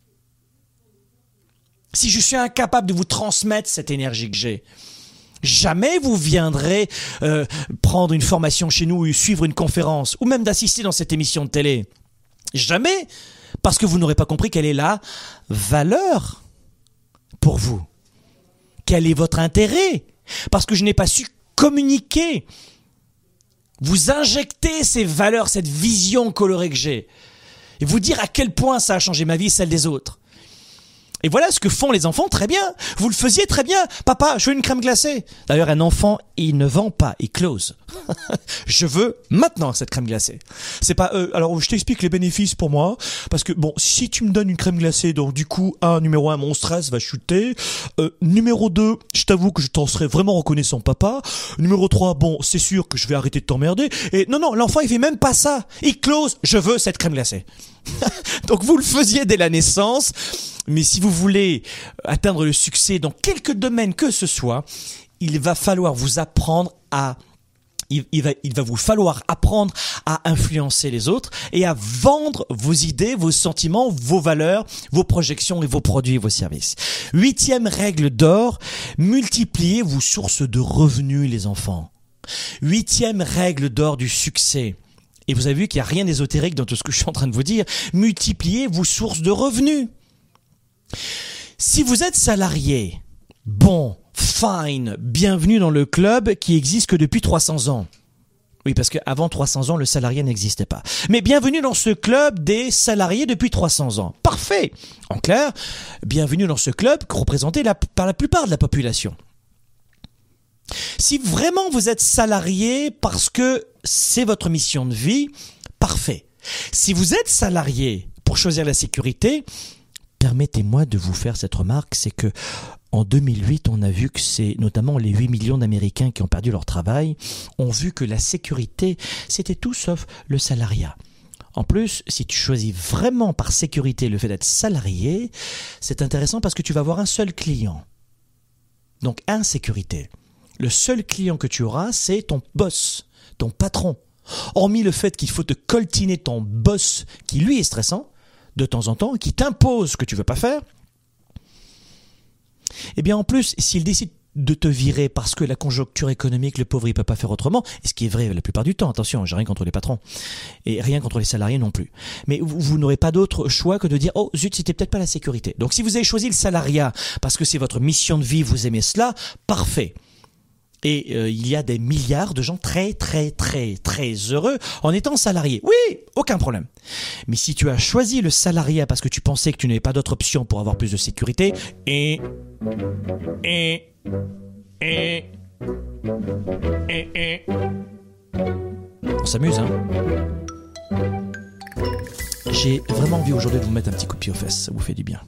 si je suis incapable de vous transmettre cette énergie que j'ai, jamais vous viendrez prendre une formation chez nous ou suivre une conférence ou même d'assister dans cette émission de télé. Jamais, parce que vous n'aurez pas compris quelle est la valeur pour vous. Quel est votre intérêt? Parce que je n'ai pas su communiquer, vous injecter ces valeurs, cette vision colorée que j'ai, et vous dire à quel point ça a changé ma vie et celle des autres. Et voilà ce que font les enfants très bien. Vous le faisiez très bien. Papa, je veux une crème glacée. D'ailleurs, un enfant, il ne vend pas, il close. Je veux maintenant cette crème glacée. C'est pas, alors je t'explique les bénéfices pour moi. Parce que bon, si tu me donnes une crème glacée, donc du coup, numéro 1, mon stress va chuter. Numéro 2, je t'avoue que je t'en serais vraiment reconnaissant, papa. Numéro 3, bon, c'est sûr que je vais arrêter de t'emmerder. Et non, l'enfant, il fait même pas ça. Il close, je veux cette crème glacée. Donc vous le faisiez dès la naissance. Mais si vous voulez atteindre le succès dans quelque domaine que ce soit, il va falloir vous apprendre il va vous falloir apprendre à influencer les autres et à vendre vos idées, vos sentiments, vos valeurs, vos projections et vos produits et vos services. 8e règle d'or, multipliez vos sources de revenus, les enfants. 8e règle d'or du succès. Et vous avez vu qu'il n'y a rien d'ésotérique dans tout ce que je suis en train de vous dire. Multipliez vos sources de revenus. Si vous êtes salarié, bon, fine, bienvenue dans le club qui existe que depuis 300 ans. Oui, parce qu'avant 300 ans, le salarié n'existait pas. Mais bienvenue dans ce club des salariés depuis 300 ans. Parfait. En clair, bienvenue dans ce club représenté par la plupart de la population. Si vraiment vous êtes salarié parce que c'est votre mission de vie, parfait. Si vous êtes salarié pour choisir la sécurité, permettez-moi de vous faire cette remarque, c'est que en 2008, on a vu que c'est notamment les 8 millions d'Américains qui ont perdu leur travail, ont vu que la sécurité, c'était tout sauf le salariat. En plus, si tu choisis vraiment par sécurité le fait d'être salarié, c'est intéressant parce que tu vas avoir un seul client. Donc, insécurité. Le seul client que tu auras, c'est ton boss, ton patron. Hormis le fait qu'il faut te coltiner ton boss, qui lui est stressant, de temps en temps, qui t'impose ce que tu veux pas faire, eh bien en plus, s'il décide de te virer parce que la conjoncture économique, le pauvre, il peut pas faire autrement. Et ce qui est vrai la plupart du temps. Attention, j'ai rien contre les patrons. Et rien contre les salariés non plus. Mais vous n'aurez pas d'autre choix que de dire, oh zut, c'était peut-être pas la sécurité. Donc si vous avez choisi le salariat parce que c'est votre mission de vie, vous aimez cela, parfait. Et il y a des milliards de gens très très très très heureux en étant salariés. Oui, aucun problème. Mais si tu as choisi le salariat parce que tu pensais que tu n'avais pas d'autre option pour avoir plus de sécurité, on s'amuse, hein? J'ai vraiment envie aujourd'hui de vous mettre un petit coup de pied aux fesses, ça vous fait du bien.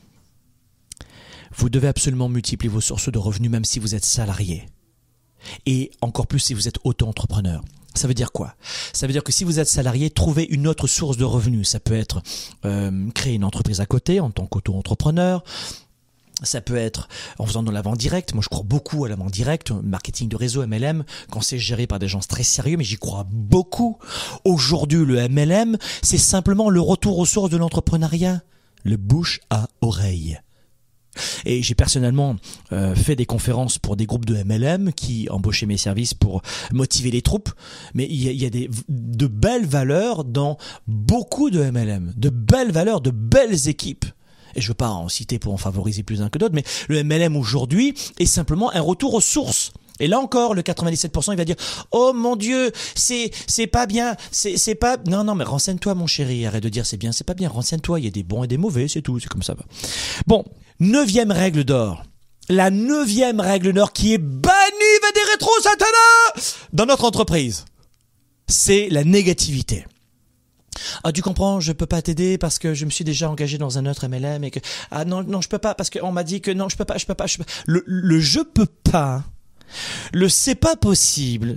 Vous devez absolument multiplier vos sources de revenus même si vous êtes salarié. Et encore plus si vous êtes auto-entrepreneur. Ça veut dire quoi? Ça veut dire que si vous êtes salarié, trouvez une autre source de revenus. Ça peut être créer une entreprise à côté en tant qu'auto-entrepreneur. Ça peut être en faisant de la vente directe. Moi, je crois beaucoup à la vente directe, marketing de réseau, MLM, quand c'est géré par des gens très sérieux, mais j'y crois beaucoup. Aujourd'hui, le MLM, c'est simplement le retour aux sources de l'entrepreneuriat. Le bouche à oreille. Et j'ai personnellement fait des conférences pour des groupes de MLM qui embauchaient mes services pour motiver les troupes. Mais il y a de belles valeurs dans beaucoup de MLM, de belles valeurs, de belles équipes. Et je veux pas en citer pour en favoriser plus un que d'autres, mais le MLM aujourd'hui est simplement un retour aux sources. Et là encore, le 97%, il va dire « Oh mon Dieu, c'est pas bien, c'est pas... » Non, mais renseigne-toi mon chéri, arrête de dire c'est bien, c'est pas bien, renseigne-toi, il y a des bons et des mauvais, c'est tout, c'est comme ça. Bon, 9e règle d'or. La 9e règle d'or qui est bannie va des rétros Satana dans notre entreprise. C'est la négativité. Ah, tu comprends, je peux pas t'aider parce que je me suis déjà engagé dans un autre MLM et que... Ah non, je peux pas parce qu'on m'a dit que non, je peux pas. Le je peux pas... Le c'est pas possible.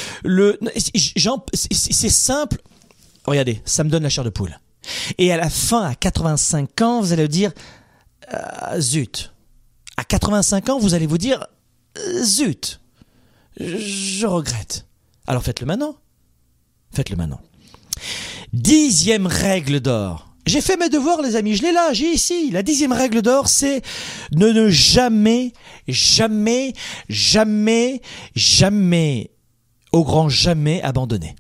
C'est simple. Regardez, ça me donne la chair de poule. Et à la fin, à 85 ans, vous allez dire zut. À 85 ans, vous allez vous dire zut. Je regrette. Alors faites-le maintenant. Faites-le maintenant. 10e règle d'or. J'ai fait mes devoirs, les amis, je l'ai là, j'ai ici. La 10e règle d'or, c'est ne jamais, au grand jamais abandonner.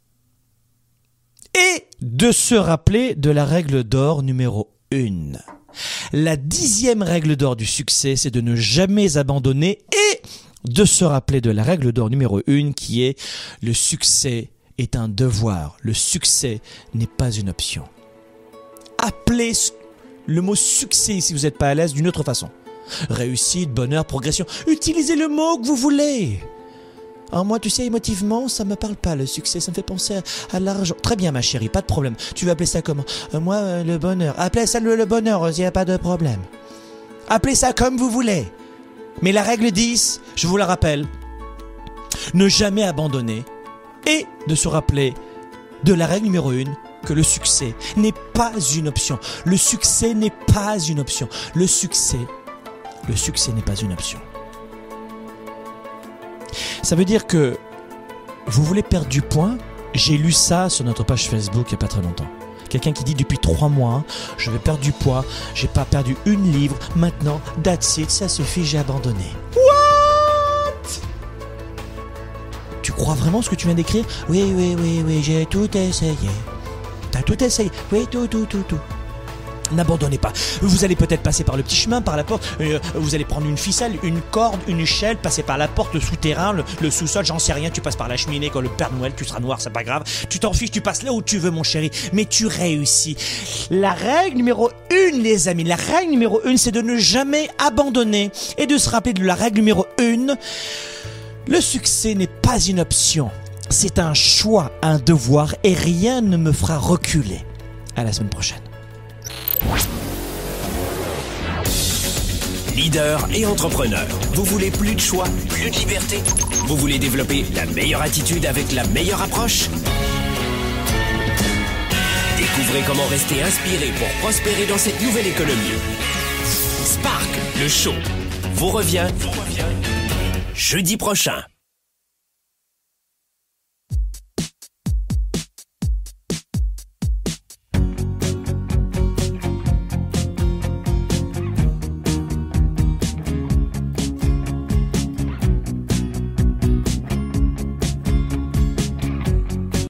Et de se rappeler de la règle d'or numéro 1. La 10e règle d'or du succès, c'est de ne jamais abandonner et de se rappeler de la règle d'or numéro 1 qui est le succès est un devoir. Le succès n'est pas une option. Appelez le mot succès si vous n'êtes pas à l'aise d'une autre façon. Réussite, bonheur, progression. Utilisez le mot que vous voulez. Alors moi, tu sais, émotivement, ça me parle pas, le succès. Ça me fait penser à l'argent. Très bien, ma chérie, pas de problème. Tu veux appeler ça comment? Moi, le bonheur. Appelez ça le bonheur, il n'y a pas de problème. Appelez ça comme vous voulez. Mais la règle 10, je vous la rappelle. Ne jamais abandonner et de se rappeler de la règle numéro 1. Que le succès n'est pas une option. Le succès n'est pas une option. Le succès n'est pas une option. Ça veut dire que vous voulez perdre du poids? J'ai lu ça sur notre page Facebook il n'y a pas très longtemps. Quelqu'un qui dit depuis 3 mois, je vais perdre du poids, j'ai pas perdu 1 livre, maintenant, that's it, ça suffit, j'ai abandonné. What? Tu crois vraiment ce que tu viens d'écrire? Oui, j'ai tout essayé. T'as tout essayé. Oui, tout. N'abandonnez pas. Vous allez peut-être passer par le petit chemin, par la porte. Vous allez prendre une ficelle, une corde, une échelle, passer par la porte, le souterrain, le sous-sol, j'en sais rien. Tu passes par la cheminée quand le Père Noël, tu seras noir, c'est pas grave. Tu t'en fiches, tu passes là où tu veux, mon chéri. Mais tu réussis. La règle numéro 1, les amis, la règle numéro 1, c'est de ne jamais abandonner et de se rappeler de la règle numéro 1. Le succès n'est pas une option. C'est un choix, un devoir et rien ne me fera reculer. À la semaine prochaine. Leader et entrepreneur, vous voulez plus de choix, plus de liberté? Vous voulez développer la meilleure attitude avec la meilleure approche? Découvrez comment rester inspiré pour prospérer dans cette nouvelle économie. Spark, le show, vous revient jeudi prochain.